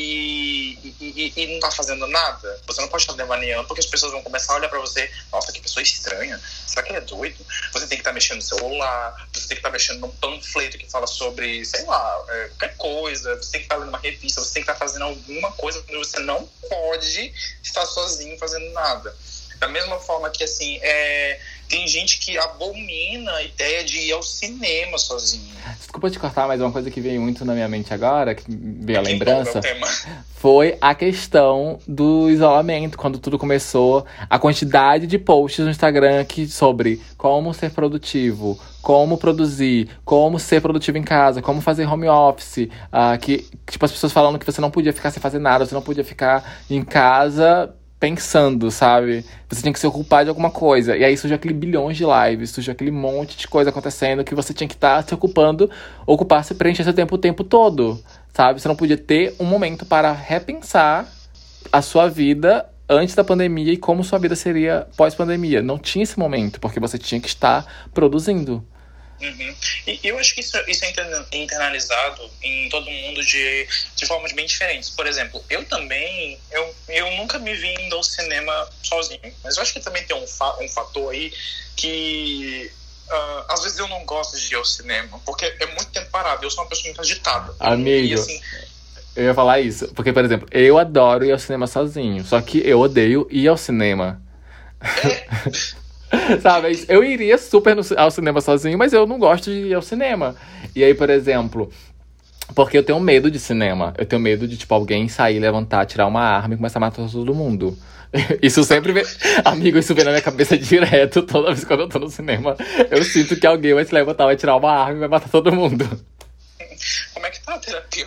e, e, e não tá fazendo nada. Você não pode estar devaneando, porque as pessoas vão começar a olhar pra você. Nossa, que pessoa estranha. Será que ele é doido? Você tem que estar mexendo no celular, você tem que estar mexendo num panfleto que fala sobre, sei lá, é, qualquer coisa. Você tem que estar lendo uma revista, você tem que estar fazendo alguma coisa quando você não pode estar sozinho fazendo nada. Da mesma forma que, assim, é, tem gente que abomina a ideia de ir ao cinema sozinho. Desculpa te cortar, mas uma coisa que veio muito na minha mente agora, que veio a Quem lembrança, é o tema? foi a questão do isolamento, quando tudo começou. A quantidade de posts no Instagram que, sobre como ser produtivo, como produzir, como ser produtivo em casa, como fazer home office. Uh, que, tipo, as pessoas falando que você não podia ficar sem fazer nada, você não podia ficar em casa pensando, sabe? Você tinha que se ocupar de alguma coisa. E aí surgiu aquele bilhões de lives, surgiu aquele monte de coisa acontecendo que você tinha que estar se ocupando, ocupar-se, preencher seu tempo o tempo todo, sabe? Você não podia ter um momento para repensar a sua vida antes da pandemia e como sua vida seria pós-pandemia. Não tinha esse momento, porque você tinha que estar produzindo. Uhum. E eu acho que isso, isso é internalizado em todo mundo de, de formas bem diferentes. Por exemplo, eu também, eu, eu nunca me vi indo ao cinema sozinho. Mas eu acho que também tem um, fa- um fator aí que uh, às vezes eu não gosto de ir ao cinema, porque é muito tempo parado. Eu sou uma pessoa muito agitada. Amigo, e, assim, eu ia falar isso. Porque, por exemplo, eu adoro ir ao cinema sozinho. Só que eu odeio ir ao cinema. É... Sabe, eu iria super no, ao cinema sozinho, mas eu não gosto de ir ao cinema. E aí, por exemplo, porque eu tenho medo de cinema. Eu tenho medo de, tipo, alguém sair, levantar, tirar uma arma e começar a matar todo mundo. Isso sempre vem... Amigo, isso vem na minha cabeça direto. Toda vez que eu tô no cinema, eu sinto que alguém vai se levantar, vai tirar uma arma e vai matar todo mundo. Como é que tá a terapia?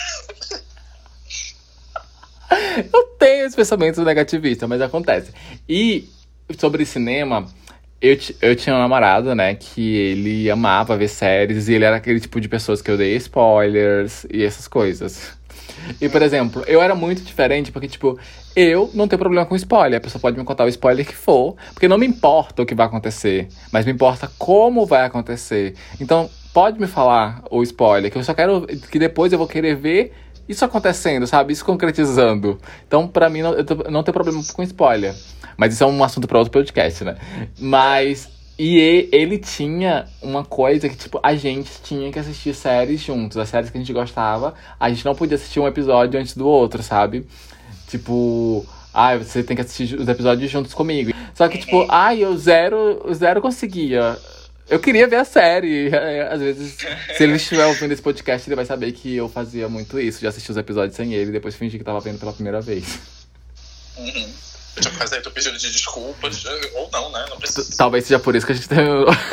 Eu tenho esse pensamento negativista, mas acontece. E... sobre cinema, eu, t- eu tinha um namorado, né, que ele amava ver séries e ele era aquele tipo de pessoas que eu dei spoilers e essas coisas. E, por exemplo, eu era muito diferente porque, tipo, eu não tenho problema com spoiler. A pessoa pode me contar o spoiler que for, porque não me importa o que vai acontecer, mas me importa como vai acontecer. Então, pode me falar o spoiler, que eu só quero que depois eu vou querer ver isso acontecendo, sabe? Isso concretizando. Então, pra mim, não, eu tô, não tem problema com spoiler. Mas isso é um assunto pra outro podcast, né? Mas... E ele tinha uma coisa que, tipo, a gente tinha que assistir séries juntos. As séries que a gente gostava, a gente não podia assistir um episódio antes do outro, sabe? Tipo... Ah, você tem que assistir os episódios juntos comigo. Só que, tipo, ai, eu zero, zero conseguia. Eu queria ver a série. Às vezes, se ele estiver ouvindo esse podcast, ele vai saber que eu fazia muito isso. De assistir os episódios sem ele e depois fingir que tava vendo pela primeira vez. Uhum. Já faz aí, tô pedindo de desculpas. Ou não, né? Não precisa. Talvez seja por isso que a gente tem...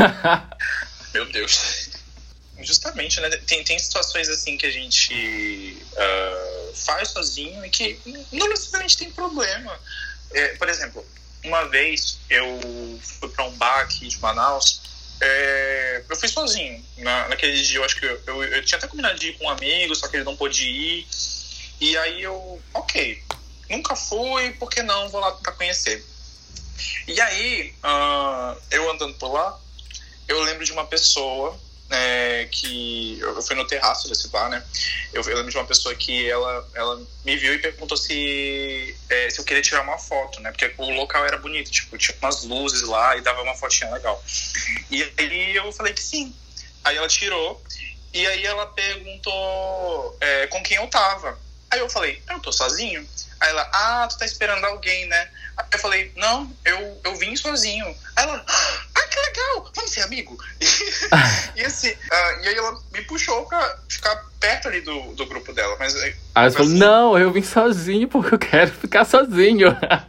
Meu Deus. Justamente, né? Tem, tem situações assim que a gente uh, faz sozinho e que não necessariamente tem problema. É, por exemplo, uma vez eu fui pra um bar aqui de Manaus. É, eu fui sozinho. Na, naquele dia, eu acho que eu, eu, eu tinha até combinado de ir com um amigo, só que ele não pôde ir. E aí eu, ok, nunca fui, por que não? Vou lá tentar conhecer. E aí, uh, eu andando por lá, eu lembro de uma pessoa é, que... Eu fui no terraço desse bar, né? Eu, eu lembro de uma pessoa que ela, ela me viu e perguntou se, é, se eu queria tirar uma foto, né? Porque o local era bonito, tipo, tinha umas luzes lá e dava uma fotinha legal. E aí eu falei que sim. Aí ela tirou e aí ela perguntou é, com quem eu tava. Aí eu falei, eu tô sozinho. Aí ela, ah, tu tá esperando alguém, né? Aí eu falei, não, eu, eu vim sozinho. Aí ela, ah, que legal, vamos ser amigo. E, e assim, uh, e aí ela me puxou pra ficar perto ali do, do grupo dela. Mas aí Aí você falou, não, eu vim sozinho porque eu quero ficar sozinho.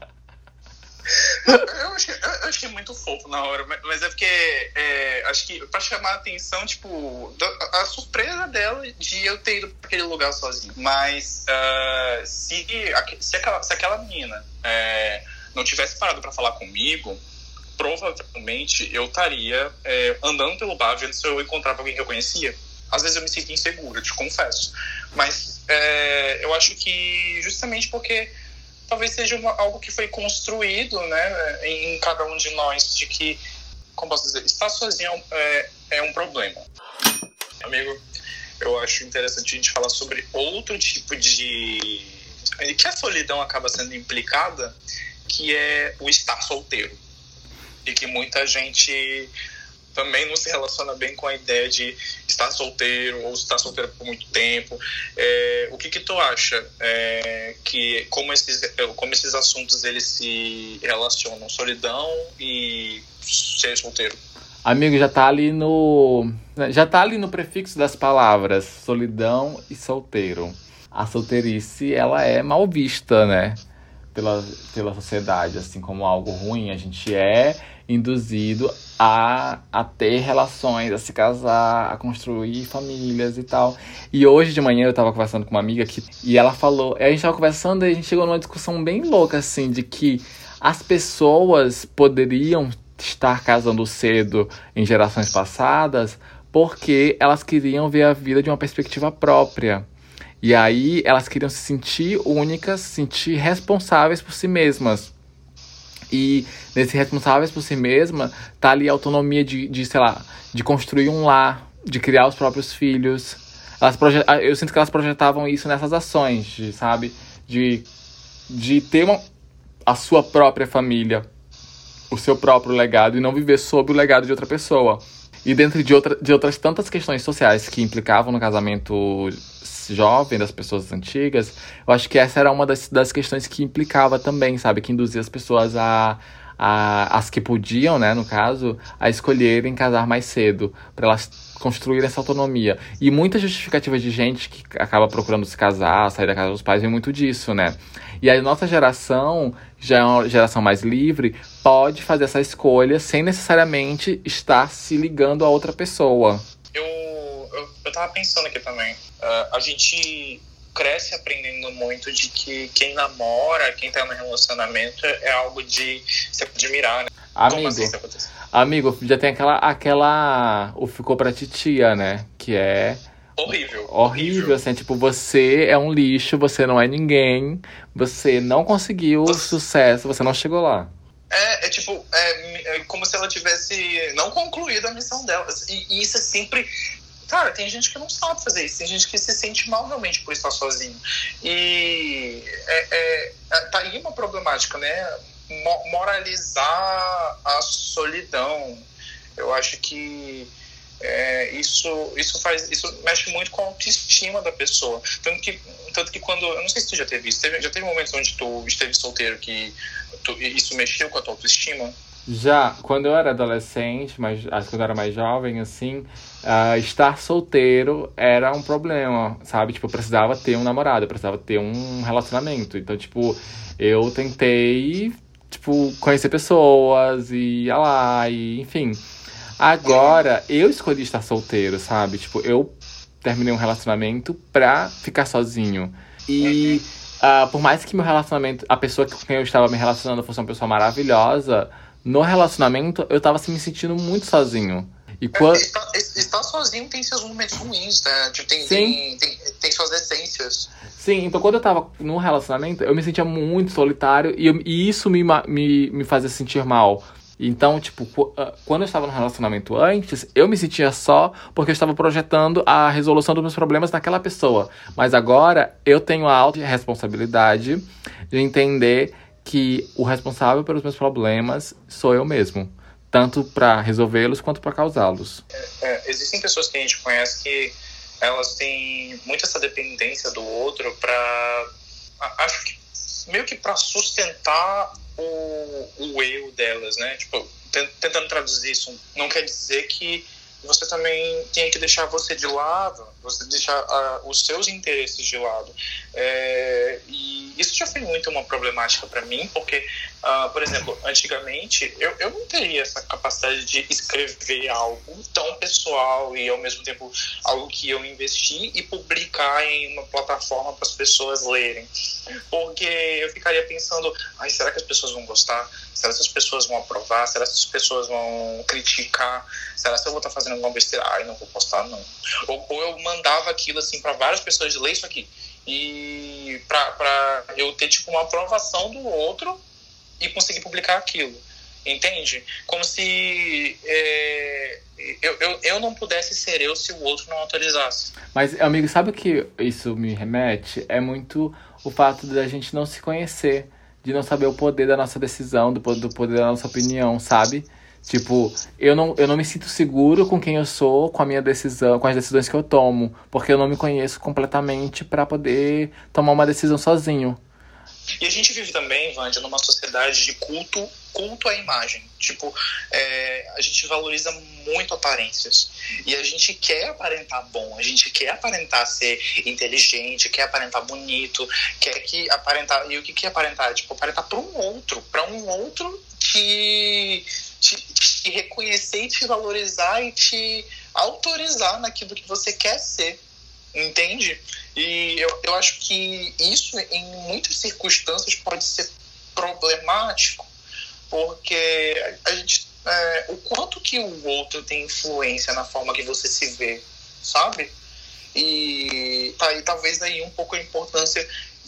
Eu achei, eu achei muito fofo na hora, mas é porque é, acho que pra chamar a atenção, tipo, a, a surpresa dela de eu ter ido pra aquele lugar sozinho. Mas uh, se, se, aquela, se aquela menina é, não tivesse parado pra falar comigo, provavelmente eu estaria é, andando pelo bar vendo se eu encontrava alguém que eu conhecia. às vezes eu me sinto inseguro, te confesso. Mas é, eu acho que justamente porque talvez seja uma, algo que foi construído, né, em, em cada um de nós, de que, como posso dizer, estar sozinho é, é um problema. Amigo, eu acho interessante a gente falar sobre outro tipo de... que a solidão acaba sendo implicada, que é o estar solteiro. E que muita gente também não se relaciona bem com a ideia de estar solteiro ou estar solteiro por muito tempo. É, o que que tu acha é, que como esses, como esses assuntos eles se relacionam, solidão e ser solteiro? Amigo, já tá ali no já tá ali no prefixo das palavras solidão e solteiro. A solteirice, ela é mal vista, né, pela, pela sociedade, assim como algo ruim. A gente é induzido a, a ter relações, a se casar, a construir famílias e tal. E hoje de manhã eu tava conversando com uma amiga que, e ela falou, a gente tava conversando e a gente chegou numa discussão bem louca, assim, de que as pessoas poderiam estar casando cedo em gerações passadas porque elas queriam ver a vida de uma perspectiva própria. E aí elas queriam se sentir únicas, se sentir responsáveis por si mesmas. E nesse responsáveis por si mesma, tá ali a autonomia de, de, sei lá, de construir um lar, de criar os próprios filhos. Elas projet... Eu sinto que elas projetavam isso nessas ações, de, sabe? De, de ter uma, a sua própria família, o seu próprio legado, e não viver sob o legado de outra pessoa. E dentro de, outra, de outras tantas questões sociais que implicavam no casamento jovem das pessoas antigas, eu acho que essa era uma das, das questões que implicava também, sabe? Que induzia as pessoas a, a... as que podiam, né, no caso, a escolherem casar mais cedo, para elas construírem essa autonomia. E muitas justificativas de gente que acaba procurando se casar, sair da casa dos pais, vem muito disso, né? E a nossa geração, já é uma geração mais livre, pode fazer essa escolha sem necessariamente estar se ligando a outra pessoa. Eu, eu, eu tava pensando aqui também. Uh, a gente cresce aprendendo muito de que quem namora, quem tá no relacionamento é algo de se admirar, né? Amigo, Como assim isso acontece? Amigo, já tem aquela, aquela... O ficou pra titia, né? Que é... Horrível. Horrível, horrível, assim, tipo, você é um lixo, você não é ninguém, você não conseguiu você... sucesso, você não chegou lá. É, é tipo, é, é como se ela tivesse não concluído a missão dela. E, e isso é sempre... Cara, tem gente que não sabe fazer isso, tem gente que se sente mal realmente por estar sozinho. E é, é, tá aí uma problemática, né? Moralizar a solidão. Eu acho que é, isso, isso, faz, isso mexe muito com a autoestima da pessoa. Tanto que, tanto que quando... Eu não sei se tu já teve isso. Teve, já teve momentos onde tu esteve solteiro que tu, isso mexeu com a tua autoestima? Já, quando eu era adolescente, mas acho que quando eu era mais jovem, assim, uh, estar solteiro era um problema, sabe? Tipo, eu precisava ter um namorado, eu precisava ter um relacionamento. Então, tipo, eu tentei, tipo, conhecer pessoas e ia lá, e enfim. Agora, eu escolhi estar solteiro, sabe? Tipo, eu terminei um relacionamento pra ficar sozinho. E uh, por mais que meu relacionamento, a pessoa com quem eu estava me relacionando fosse uma pessoa maravilhosa, no relacionamento, eu tava assim, me sentindo muito sozinho. E quando... é, estar, estar sozinho tem seus momentos ruins, né? Tipo, tem, tem, tem, tem suas essências. Sim, então quando eu tava num relacionamento, eu me sentia muito solitário e, eu, e isso me, me, me fazia sentir mal. Então, tipo, quando eu estava no relacionamento antes, eu me sentia só porque eu estava projetando a resolução dos meus problemas naquela pessoa. Mas agora, eu tenho a autorresponsabilidade de entender que o responsável pelos meus problemas sou eu mesmo. Tanto para resolvê-los quanto para causá-los. É, é, existem pessoas que a gente conhece que elas têm muito essa dependência do outro para... Acho que meio que para sustentar o, o eu delas, né? Tipo, tentando traduzir isso. Não quer dizer que você também tem que deixar você de lado, você deixar uh, os seus interesses de lado. É, e isso já foi muito uma problemática para mim, porque, uh, por exemplo, antigamente eu, eu não teria essa capacidade de escrever algo tão pessoal e ao mesmo tempo algo que eu investi e publicar em uma plataforma para as pessoas lerem. Porque eu ficaria pensando, ai, será que as pessoas vão gostar? Será que as pessoas vão aprovar? Será que as pessoas vão criticar? Será que eu vou estar fazendo fazendo alguma besteira. Ai, não vou postar, não. Ou, ou eu mandava aquilo, assim, pra várias pessoas, de ler isso aqui. E pra, pra eu ter, tipo, uma aprovação do outro e conseguir publicar aquilo. Entende? Como se é, eu, eu, eu não pudesse ser eu se o outro não autorizasse. Mas, amigo, sabe o que isso me remete? É muito o fato de a gente não se conhecer, de não saber o poder da nossa decisão, do, do poder da nossa opinião, sabe? Tipo, eu não, eu não me sinto seguro com quem eu sou, com a minha decisão, com as decisões que eu tomo, porque eu não me conheço completamente pra poder tomar uma decisão sozinho. E a gente vive também, Vandia, numa sociedade de culto, culto à imagem. Tipo, é, a gente valoriza muito aparências. E a gente quer aparentar bom, a gente quer aparentar ser inteligente, quer aparentar bonito, quer que aparentar... E o que que é aparentar? Tipo, aparentar para um outro, para um outro que te, te reconhecer e te valorizar e te autorizar naquilo que você quer ser. Entende? E eu, eu acho que isso, em muitas circunstâncias, pode ser problemático, porque a gente, é, o quanto que o outro tem influência na forma que você se vê, sabe? E tá aí talvez daí um pouco a importância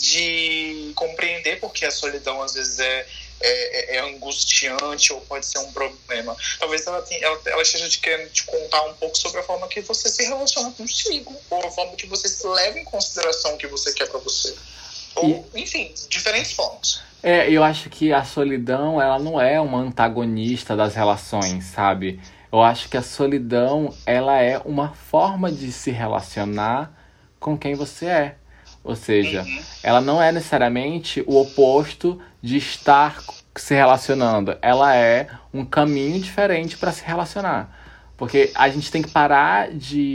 de compreender porque a solidão às vezes é É, é angustiante ou pode ser um problema. Talvez ela, tenha, ela, ela esteja te querendo te contar um pouco sobre a forma que você se relaciona consigo, ou a forma que você leva em consideração o que você quer pra você. Ou, e, enfim, diferentes formas. É, eu acho que a solidão, ela não é uma antagonista das relações, sabe? Eu acho que a solidão, ela é uma forma de se relacionar com quem você é. Ou seja, uhum. ela não é necessariamente o oposto de estar se relacionando. Ela é um caminho diferente para se relacionar. Porque a gente tem que parar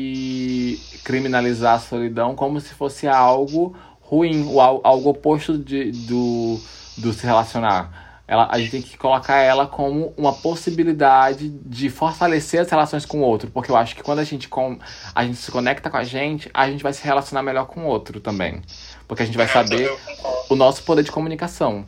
de criminalizar a solidão como se fosse algo ruim, ou algo oposto de, do, do se relacionar. Ela, a gente tem que colocar ela como uma possibilidade de fortalecer as relações com o outro. Porque eu acho que quando a gente, com, a gente se conecta com a gente, a gente vai se relacionar melhor com o outro também. Porque a gente vai saber o nosso poder de comunicação.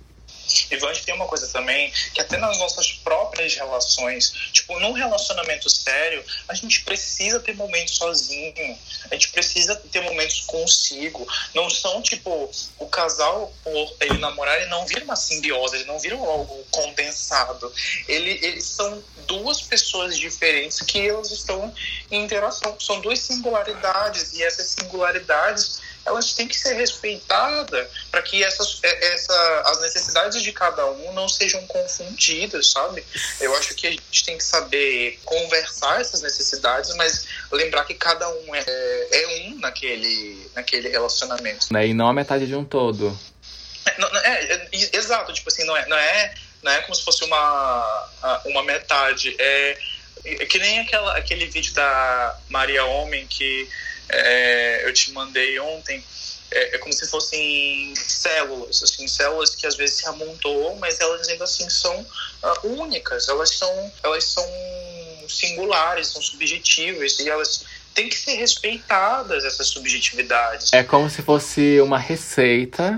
E Vande, tem uma coisa também, que até nas nossas próprias relações, tipo, num relacionamento sério, a gente precisa ter momentos sozinho, a gente precisa ter momentos consigo. Não são, tipo, o casal, por ele namorar, ele não vira uma simbiose, ele não vira algo condensado. Ele, eles são duas pessoas diferentes que elas estão em interação. São duas singularidades, e essas singularidades, elas têm que ser respeitadas para que essas, essa, as necessidades de cada um não sejam confundidas, sabe? Eu acho que a gente tem que saber conversar essas necessidades, mas lembrar que cada um é, é um naquele, naquele relacionamento. E não a metade de um todo. É, não, é, é, exato, tipo assim, não é, não, é, não é como se fosse uma, uma metade. É, é que nem aquela, aquele vídeo da Maria Homem que É, eu te mandei ontem. É, é como se fossem células, assim, células que às vezes se amontoam, mas elas ainda assim são uh, únicas, elas são, elas são singulares, são subjetivas, e elas têm que ser respeitadas, essas subjetividades. É como se fosse uma receita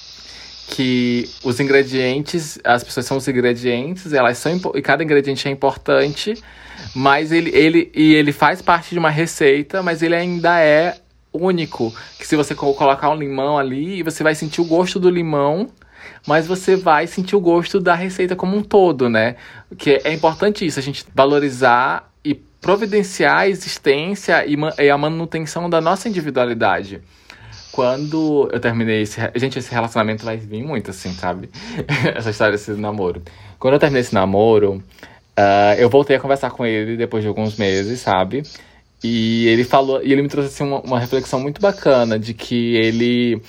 que os ingredientes, as pessoas são os ingredientes, elas são, e cada ingrediente é importante, mas ele, ele, e ele faz parte de uma receita, mas ele ainda é único. Que se você colocar um limão ali, você vai sentir o gosto do limão, mas você vai sentir o gosto da receita como um todo, né? Que é importante isso, a gente valorizar e providenciar a existência e, e a manutenção da nossa individualidade. Quando eu terminei esse... Gente, esse relacionamento vai vir muito, assim, sabe? Essa história desse namoro. Quando eu terminei esse namoro, uh, eu voltei a conversar com ele depois de alguns meses, sabe? E ele falou... E ele me trouxe, assim, uma, uma reflexão muito bacana de que ele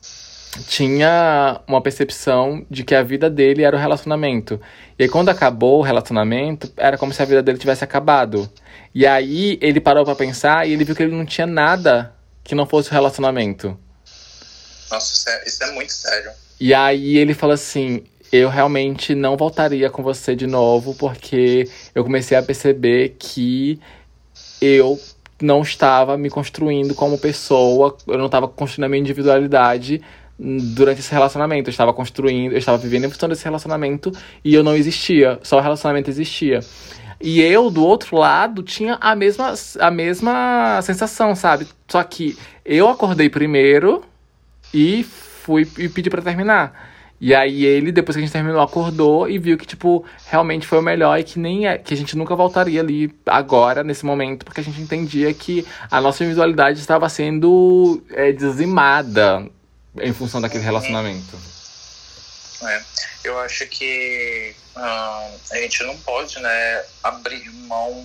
tinha uma percepção de que a vida dele era o relacionamento. E aí, quando acabou o relacionamento, era como se a vida dele tivesse acabado. E aí, ele parou pra pensar e ele viu que ele não tinha nada que não fosse o relacionamento. Nossa, isso é, isso é muito sério. E aí ele falou assim, eu realmente não voltaria com você de novo, porque eu comecei a perceber que eu não estava me construindo como pessoa, eu não estava construindo a minha individualidade durante esse relacionamento. Eu estava construindo, eu estava vivendo em função desse relacionamento e eu não existia, só o relacionamento existia. E eu, do outro lado, tinha a mesma, a mesma sensação, sabe? Só que eu acordei primeiro e fui e pedi pra terminar. E aí ele, depois que a gente terminou, acordou e viu que, tipo, realmente foi o melhor e que nem é, que a gente nunca voltaria ali agora, nesse momento, porque a gente entendia que a nossa individualidade estava sendo é, dizimada em função daquele relacionamento. É, eu acho que uh, a gente não pode, né, abrir mão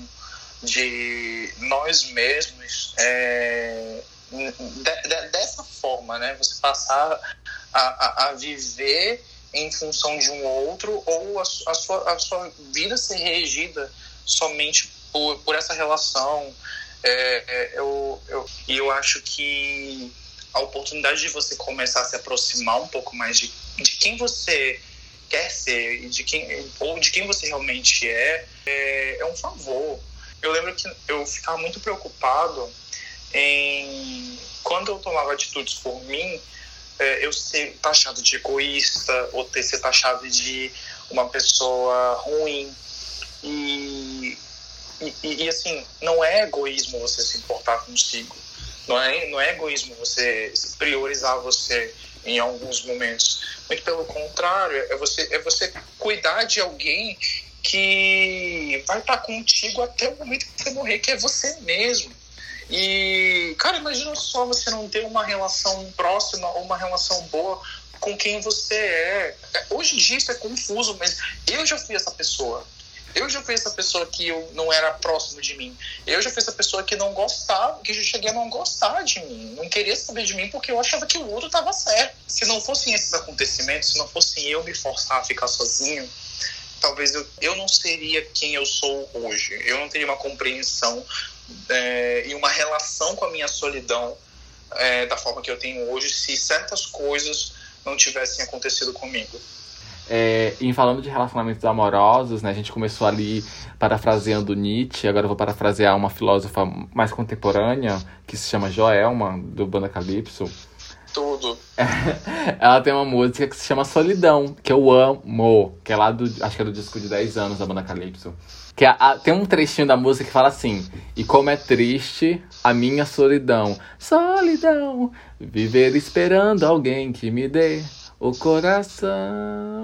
de nós mesmos é, de, de, dessa forma, né? Você passar a, a, a viver em função de um outro ou a, a, sua, a sua vida ser regida somente por, por essa relação. É, é, eu, eu, e eu acho que a oportunidade de você começar a se aproximar um pouco mais de, de quem você quer ser e de quem, ou de quem você realmente é, é, é um favor. Eu lembro que eu ficava muito preocupado em, quando eu tomava atitudes por mim, é, eu ser taxado de egoísta ou ter ser taxado de uma pessoa ruim. E, e, e assim, não é egoísmo você se importar consigo. Não é, não é egoísmo você priorizar você em alguns momentos. Muito pelo contrário, é você, é você cuidar de alguém que vai estar contigo até o momento que você morrer, que é você mesmo. E, cara, imagina só você não ter uma relação próxima ou uma relação boa com quem você é. Hoje em dia isso é confuso, mas eu já fui essa pessoa. Eu já fui essa pessoa que eu não era próximo de mim. Eu já fui essa pessoa que não gostava, que já cheguei a não gostar de mim. Não queria saber de mim porque eu achava que o outro estava certo. Se não fossem esses acontecimentos, se não fossem eu me forçar a ficar sozinho, talvez eu, eu não seria quem eu sou hoje. Eu não teria uma compreensão é, e uma relação com a minha solidão é, da forma que eu tenho hoje se certas coisas não tivessem acontecido comigo. É, em falando de relacionamentos amorosos, né, a gente começou ali parafraseando Nietzsche, agora eu vou parafrasear uma filósofa mais contemporânea, que se chama Joelma, do Banda Calypso. Tudo. Ela tem uma música que se chama Solidão, que eu amo, que é lá do, acho que é do disco de dez anos da Banda Calypso. Que a, a, tem um trechinho da música que fala assim: e como é triste a minha solidão, solidão, viver esperando alguém que me dê o coração.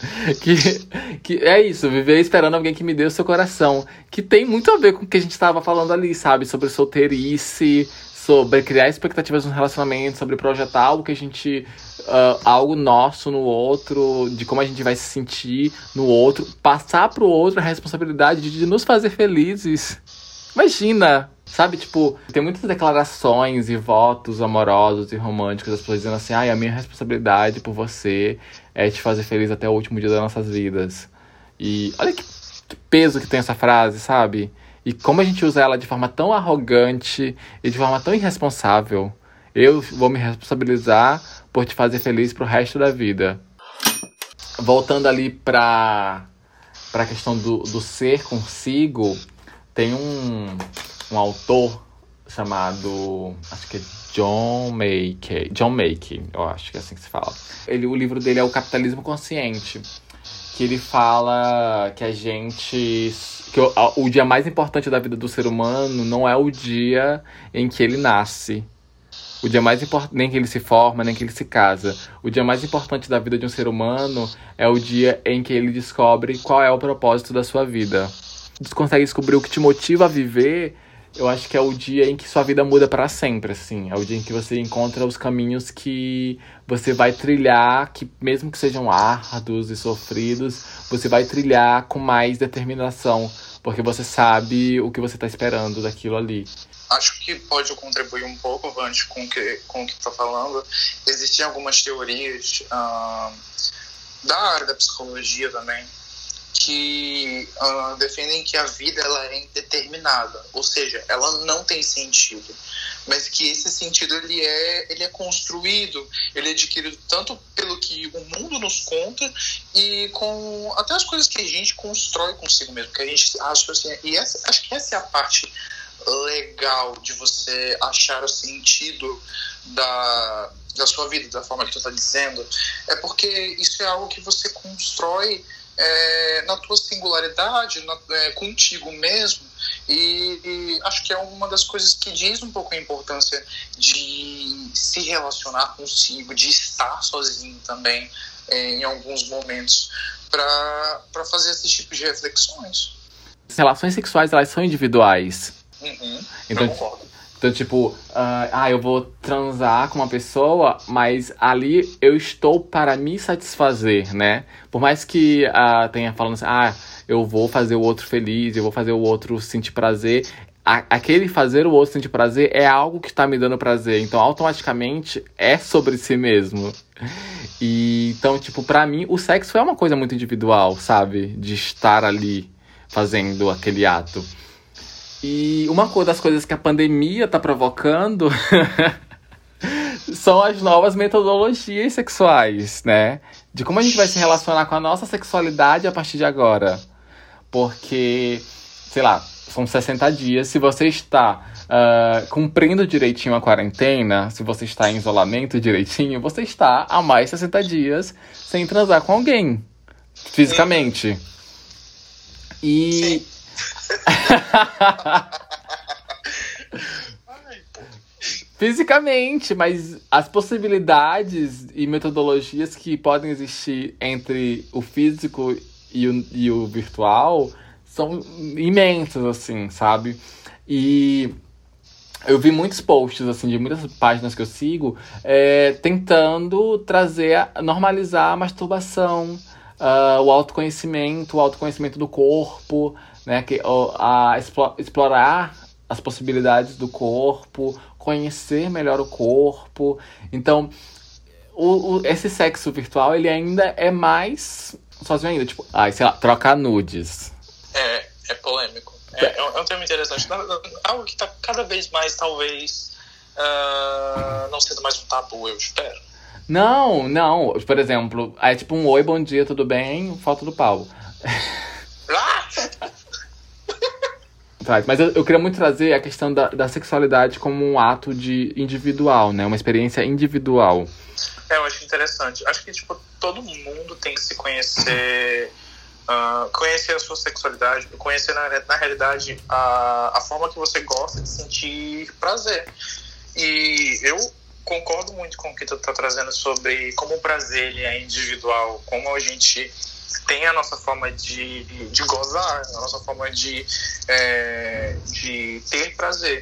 que, que é isso, viver esperando alguém que me dê o seu coração. Que tem muito a ver com o que a gente estava falando ali, sabe? Sobre solteirice, sobre criar expectativas no relacionamento, sobre projetar algo que a gente... Uh, algo nosso no outro, de como a gente vai se sentir no outro. Passar pro outro a responsabilidade de, de nos fazer felizes. Imagina... Sabe, tipo, tem muitas declarações e votos amorosos e românticos das pessoas dizendo assim: ai, a minha responsabilidade por você é te fazer feliz até o último dia das nossas vidas. E olha que, que peso que tem essa frase, sabe? E como a gente usa ela de forma tão arrogante e de forma tão irresponsável. Eu vou me responsabilizar por te fazer feliz pro resto da vida. Voltando ali pra, pra questão do, do ser consigo, tem um... um autor chamado, acho que é John Mackey, John Mackey, eu acho que é assim que se fala. Ele, o livro dele é O Capitalismo Consciente, que ele fala que a gente... que o, o dia mais importante da vida do ser humano não é o dia em que ele nasce. O dia mais importante, nem que ele se forma, nem que ele se casa. O dia mais importante da vida de um ser humano é o dia em que ele descobre qual é o propósito da sua vida. Você consegue descobrir o que te motiva a viver. Eu acho que é o dia em que sua vida muda para sempre, assim. É o dia em que você encontra os caminhos que você vai trilhar, que mesmo que sejam árduos e sofridos, você vai trilhar com mais determinação, porque você sabe o que você tá esperando daquilo ali. Acho que pode contribuir um pouco, Vante, com que, com o que tu tá falando. Existem algumas teorias uh, da área da psicologia também, que uh, defendem que a vida ela é indeterminada, ou seja, ela não tem sentido, mas que esse sentido ele é, ele é construído, ele é adquirido tanto pelo que o mundo nos conta e com até as coisas que a gente constrói consigo mesmo, que a gente acha assim, e essa, acho que essa é a parte legal de você achar o sentido da, da sua vida, da forma que tu tá dizendo, é porque isso é algo que você constrói é, na tua singularidade, na, é, contigo mesmo, e, e acho que é uma das coisas que diz um pouco a importância de se relacionar consigo, de estar sozinho também, é, em alguns momentos, para fazer esse tipo de reflexões. As relações sexuais, elas são individuais. Uhum, então, eu concordo. Então, tipo, uh, ah, eu vou transar com uma pessoa, mas ali eu estou para me satisfazer, né? Por mais que uh, tenha falando assim, ah, eu vou fazer o outro feliz, eu vou fazer o outro sentir prazer. A- aquele fazer o outro sentir prazer é algo que está me dando prazer. Então, automaticamente, é sobre si mesmo. E, então, tipo, pra mim, o sexo é uma coisa muito individual, sabe? De estar ali fazendo aquele ato. E uma co- das coisas que a pandemia tá provocando são as novas metodologias sexuais, né? De como a gente vai se relacionar com a nossa sexualidade a partir de agora. Porque, sei lá, são sessenta dias. Se você está uh, cumprindo direitinho a quarentena, se você está em isolamento direitinho, você está há mais sessenta dias sem transar com alguém, fisicamente. E... fisicamente, mas as possibilidades e metodologias que podem existir entre o físico e o, e o virtual são imensas, assim, sabe? E eu vi muitos posts, assim, de muitas páginas que eu sigo, é, tentando trazer, normalizar a masturbação, uh, o autoconhecimento, o autoconhecimento do corpo, né? Que, uh, a explo- explorar as possibilidades do corpo, conhecer melhor o corpo. Então, o, o, esse sexo virtual, ele ainda é mais sozinho ainda. Tipo, ai, sei lá, trocar nudes. É, é polêmico. É, é um tema interessante. Algo que está cada vez mais, talvez, uh, não sendo mais um tabu, eu espero. Não, não. Por exemplo, é tipo um oi, bom dia, tudo bem? Foto do pau. Ah! Mas eu, eu queria muito trazer a questão da, da sexualidade como um ato de individual, né? Uma experiência individual. É, eu acho interessante. Acho que, tipo, todo mundo tem que se conhecer, uh, conhecer a sua sexualidade, conhecer, na, na realidade, a, a forma que você gosta de sentir prazer. E eu concordo muito com o que tu tá trazendo sobre como o prazer ele é individual, como a gente tem a nossa forma de, de gozar, a nossa forma de, é, de ter prazer.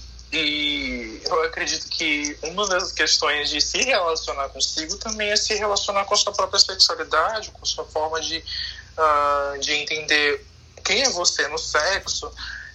E eu acredito que uma das questões de se relacionar consigo também é se relacionar com a sua própria sexualidade, com a sua forma de, uh, de entender quem é você no sexo.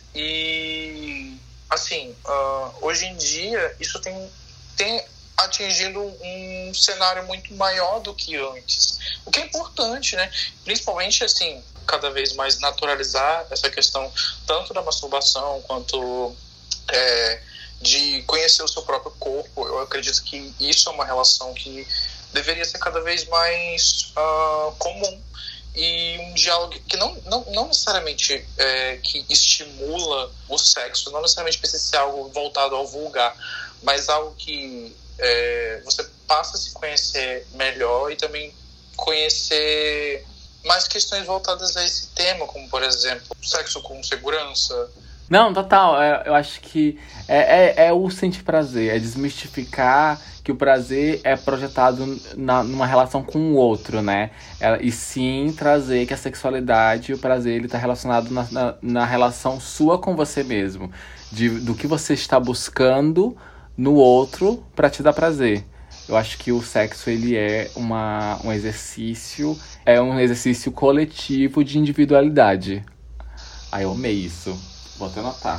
E, assim, uh, hoje em dia, isso tem, tem atingido um cenário muito maior do que antes. O que é importante, né? Principalmente, assim, cada vez mais naturalizar essa questão tanto da masturbação quanto é, de conhecer o seu próprio corpo. Eu acredito que isso é uma relação que deveria ser cada vez mais uh, comum. E um diálogo que não, não, não necessariamente é, que estimula o sexo, não necessariamente precisa ser algo voltado ao vulgar, mas algo que é, você passa a se conhecer melhor e também conhecer mais questões voltadas a esse tema, como, por exemplo, sexo com segurança. Não, total. É, eu acho que é, é, é o sentir prazer, é desmistificar que o prazer é projetado na, numa relação com o outro, né? É, e sim trazer que a sexualidade e o prazer ele tá relacionado na, na, na relação sua com você mesmo. De, do que você está buscando no outro pra te dar prazer. Eu acho que o sexo ele é uma, um exercício, é um exercício coletivo de individualidade. Ai, eu amei isso. Vou até anotar.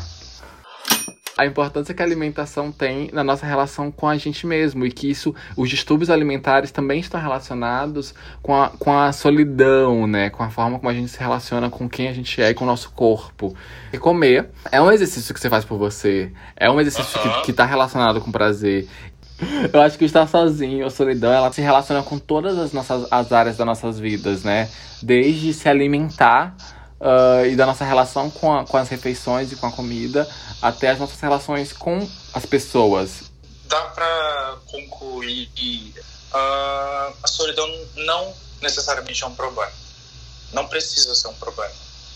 A importância que a alimentação tem na nossa relação com a gente mesmo. E que isso, os distúrbios alimentares também estão relacionados com a, com a solidão, né? Com a forma como a gente se relaciona com quem a gente é e com o nosso corpo. E comer é um exercício que você faz por você. É um exercício Uhum. que, que tá relacionado com prazer. Eu acho que estar sozinho, a solidão, ela se relaciona com todas as nossas as áreas das nossas vidas, né? Desde se alimentar uh, e da nossa relação com, a, com as refeições e com a comida, até as nossas relações com as pessoas. dá para concluir que uh, a solidão não necessariamente é um problema. Não precisa ser um problema.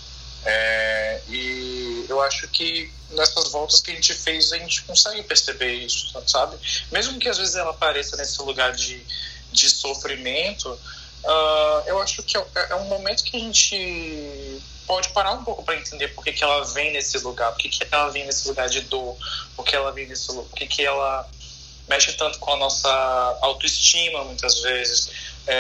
É, e eu acho que nessas voltas que a gente fez, a gente consegue perceber isso, sabe? Mesmo que às vezes ela apareça nesse lugar de, de sofrimento, uh, eu acho que é, é um momento que a gente pode parar um pouco para entender por que, que ela vem nesse lugar, por que, que ela vem nesse lugar de dor, por que ela vem nesse lugar, por que, que ela mexe tanto com a nossa autoestima muitas vezes.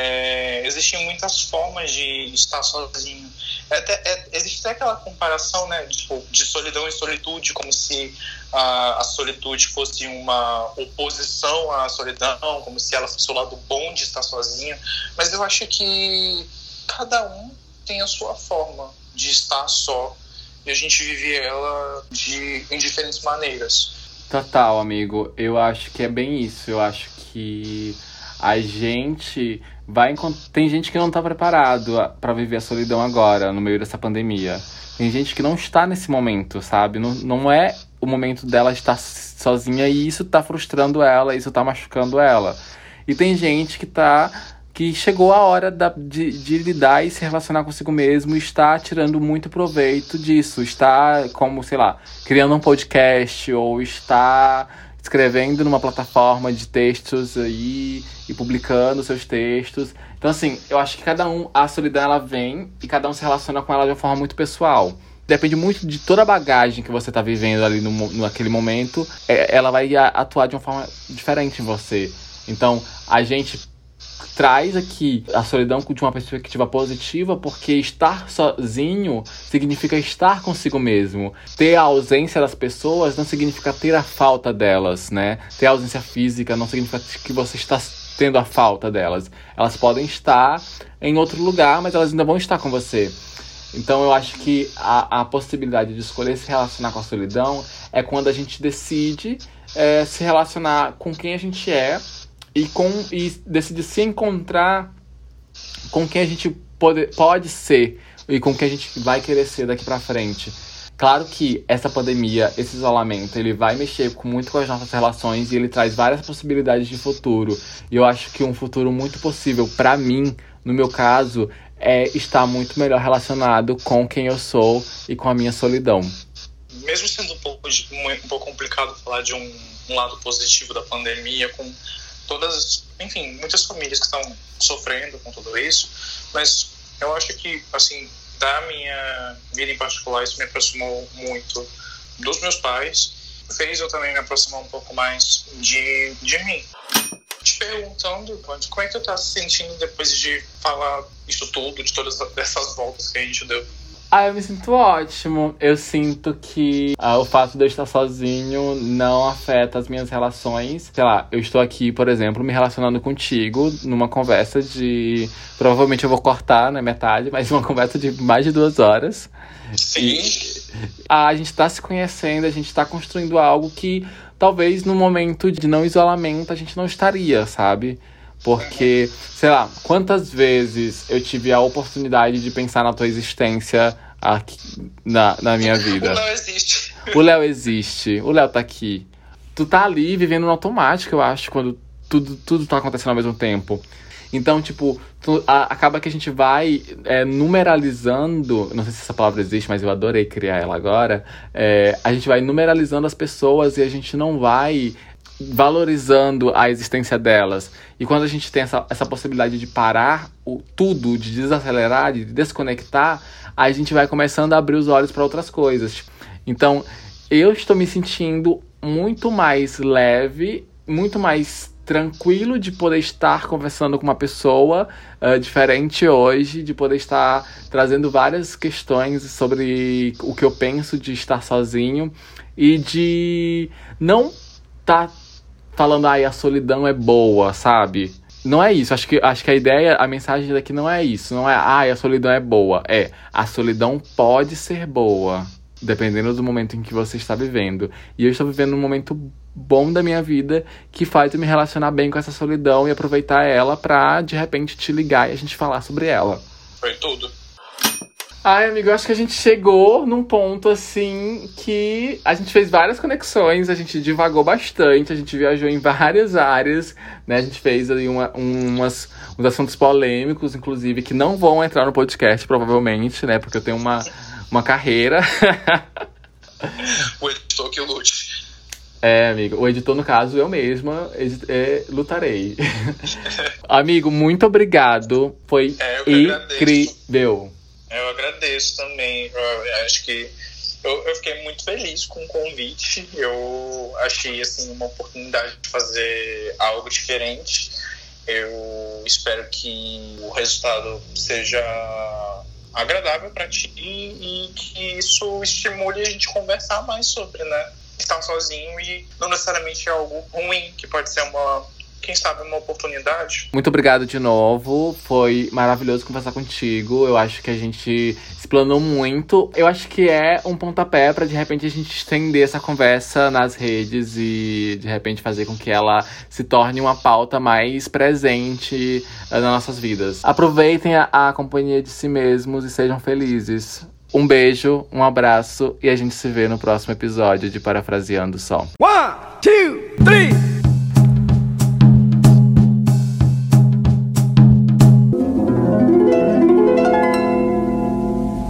É, existem muitas formas de estar sozinho. É, é, existe até aquela comparação, né, de, de solidão e solitude, como se a, a solitude fosse uma oposição à solidão, como se ela fosse o lado bom de estar sozinho. Mas eu acho que cada um tem a sua forma de estar só, e a gente vive ela de, em diferentes maneiras. Total, amigo. Eu acho que é bem isso. Eu acho que a gente vai encontrar... Tem gente que não tá preparado pra viver a solidão agora, no meio dessa pandemia. Tem gente que não está nesse momento, sabe? Não, não é o momento dela estar sozinha e isso tá frustrando ela, isso tá machucando ela. E tem gente que tá... que chegou a hora da, de, de lidar e se relacionar consigo mesmo e está tirando muito proveito disso. Está, como, sei lá, criando um podcast ou está escrevendo numa plataforma de textos aí e publicando seus textos. Então, assim, eu acho que cada um, a solidão, ela vem e cada um se relaciona com ela de uma forma muito pessoal. Depende muito de toda a bagagem que você tá vivendo ali no, naquele momento. É, ela vai atuar de uma forma diferente em você. Então, a gente traz aqui a solidão de uma perspectiva positiva, porque estar sozinho significa estar consigo mesmo. Ter a ausência das pessoas não significa ter a falta delas, né? Ter a ausência física não significa que você está tendo a falta delas. Elas podem estar em outro lugar, mas elas ainda vão estar com você. Então eu acho que a, a possibilidade de escolher se relacionar com a solidão é quando a gente decide é, se relacionar com quem a gente é, E, com, e decidir se encontrar com quem a gente pode, pode ser e com quem a gente vai querer ser daqui pra frente. Claro que essa pandemia, esse isolamento, ele vai mexer com, muito com as nossas relações e ele traz várias possibilidades de futuro. E eu acho que um futuro muito possível pra mim, no meu caso, é estar muito melhor relacionado com quem eu sou e com a minha solidão. Mesmo sendo um pouco, um pouco complicado falar de um, um lado positivo da pandemia, com todas, enfim, muitas famílias que estão sofrendo com tudo isso, mas eu acho que, assim, da minha vida em particular, isso me aproximou muito dos meus pais, fez eu também me aproximar um pouco mais de, de mim. Te perguntando, como é que tu tá se sentindo depois de falar isso tudo, de todas essas voltas que a gente deu? Ah, eu me sinto ótimo. Eu sinto que ah, o fato de eu estar sozinho não afeta as minhas relações. Sei lá, eu estou aqui, por exemplo, me relacionando contigo numa conversa de... Provavelmente eu vou cortar na metade, mas uma conversa de mais de duas horas. Sim. E ah, a gente tá se conhecendo, a gente tá construindo algo que talvez no momento de não isolamento a gente não estaria, sabe? Porque, sei lá, quantas vezes eu tive a oportunidade de pensar na tua existência aqui na, na minha vida. O Léo existe. O Léo existe. O Léo tá aqui. Tu tá ali vivendo no automático, eu acho, quando tudo, tudo tá acontecendo ao mesmo tempo. Então, tipo, tu, a, acaba que a gente vai é, numeralizando... Não sei se essa palavra existe, mas eu adorei criar ela agora. É, a gente vai numeralizando as pessoas e a gente não vai valorizando a existência delas. E quando a gente tem essa, essa possibilidade de parar o, tudo, de desacelerar, de desconectar, a gente vai começando a abrir os olhos para outras coisas. Então, eu estou me sentindo muito mais leve, muito mais tranquilo de poder estar conversando com uma pessoa uh, diferente hoje, de poder estar trazendo várias questões sobre o que eu penso de estar sozinho e de não estar tá falando, ai, a solidão é boa, sabe? Não é isso. Acho que, acho que a ideia, a mensagem daqui não é isso. Não é, ai, a solidão é boa. É, a solidão pode ser boa, dependendo do momento em que você está vivendo. E eu estou vivendo um momento bom da minha vida que faz eu me relacionar bem com essa solidão e aproveitar ela pra, de repente, te ligar e a gente falar sobre ela. Foi tudo. Ai, amigo, eu acho que a gente chegou num ponto, assim, que a gente fez várias conexões, a gente divagou bastante, a gente viajou em várias áreas, né? A gente fez ali uma, umas, uns assuntos polêmicos, inclusive, que não vão entrar no podcast, provavelmente, né? Porque eu tenho uma, uma carreira. O editor que lute. É, amigo, o editor, no caso, eu mesma edit- é, lutarei. Amigo, muito obrigado, foi É, eu que agradeço. incrível. Eu agradeço também. Eu acho que eu, eu fiquei muito feliz com o convite. Eu achei assim uma oportunidade de fazer algo diferente. Eu espero que o resultado seja agradável para ti e que isso estimule a gente conversar mais sobre, né? Estar sozinho e não necessariamente algo ruim, que pode ser uma, quem sabe, uma oportunidade. Muito obrigado de novo. Foi maravilhoso conversar contigo. Eu acho que a gente explanou muito. Eu acho que é um pontapé pra, de repente, a gente estender essa conversa nas redes e, de repente, fazer com que ela se torne uma pauta mais presente uh, nas nossas vidas. Aproveitem a, a companhia de si mesmos e sejam felizes. Um beijo, um abraço e a gente se vê no próximo episódio de Parafraseando Só. One, two, three.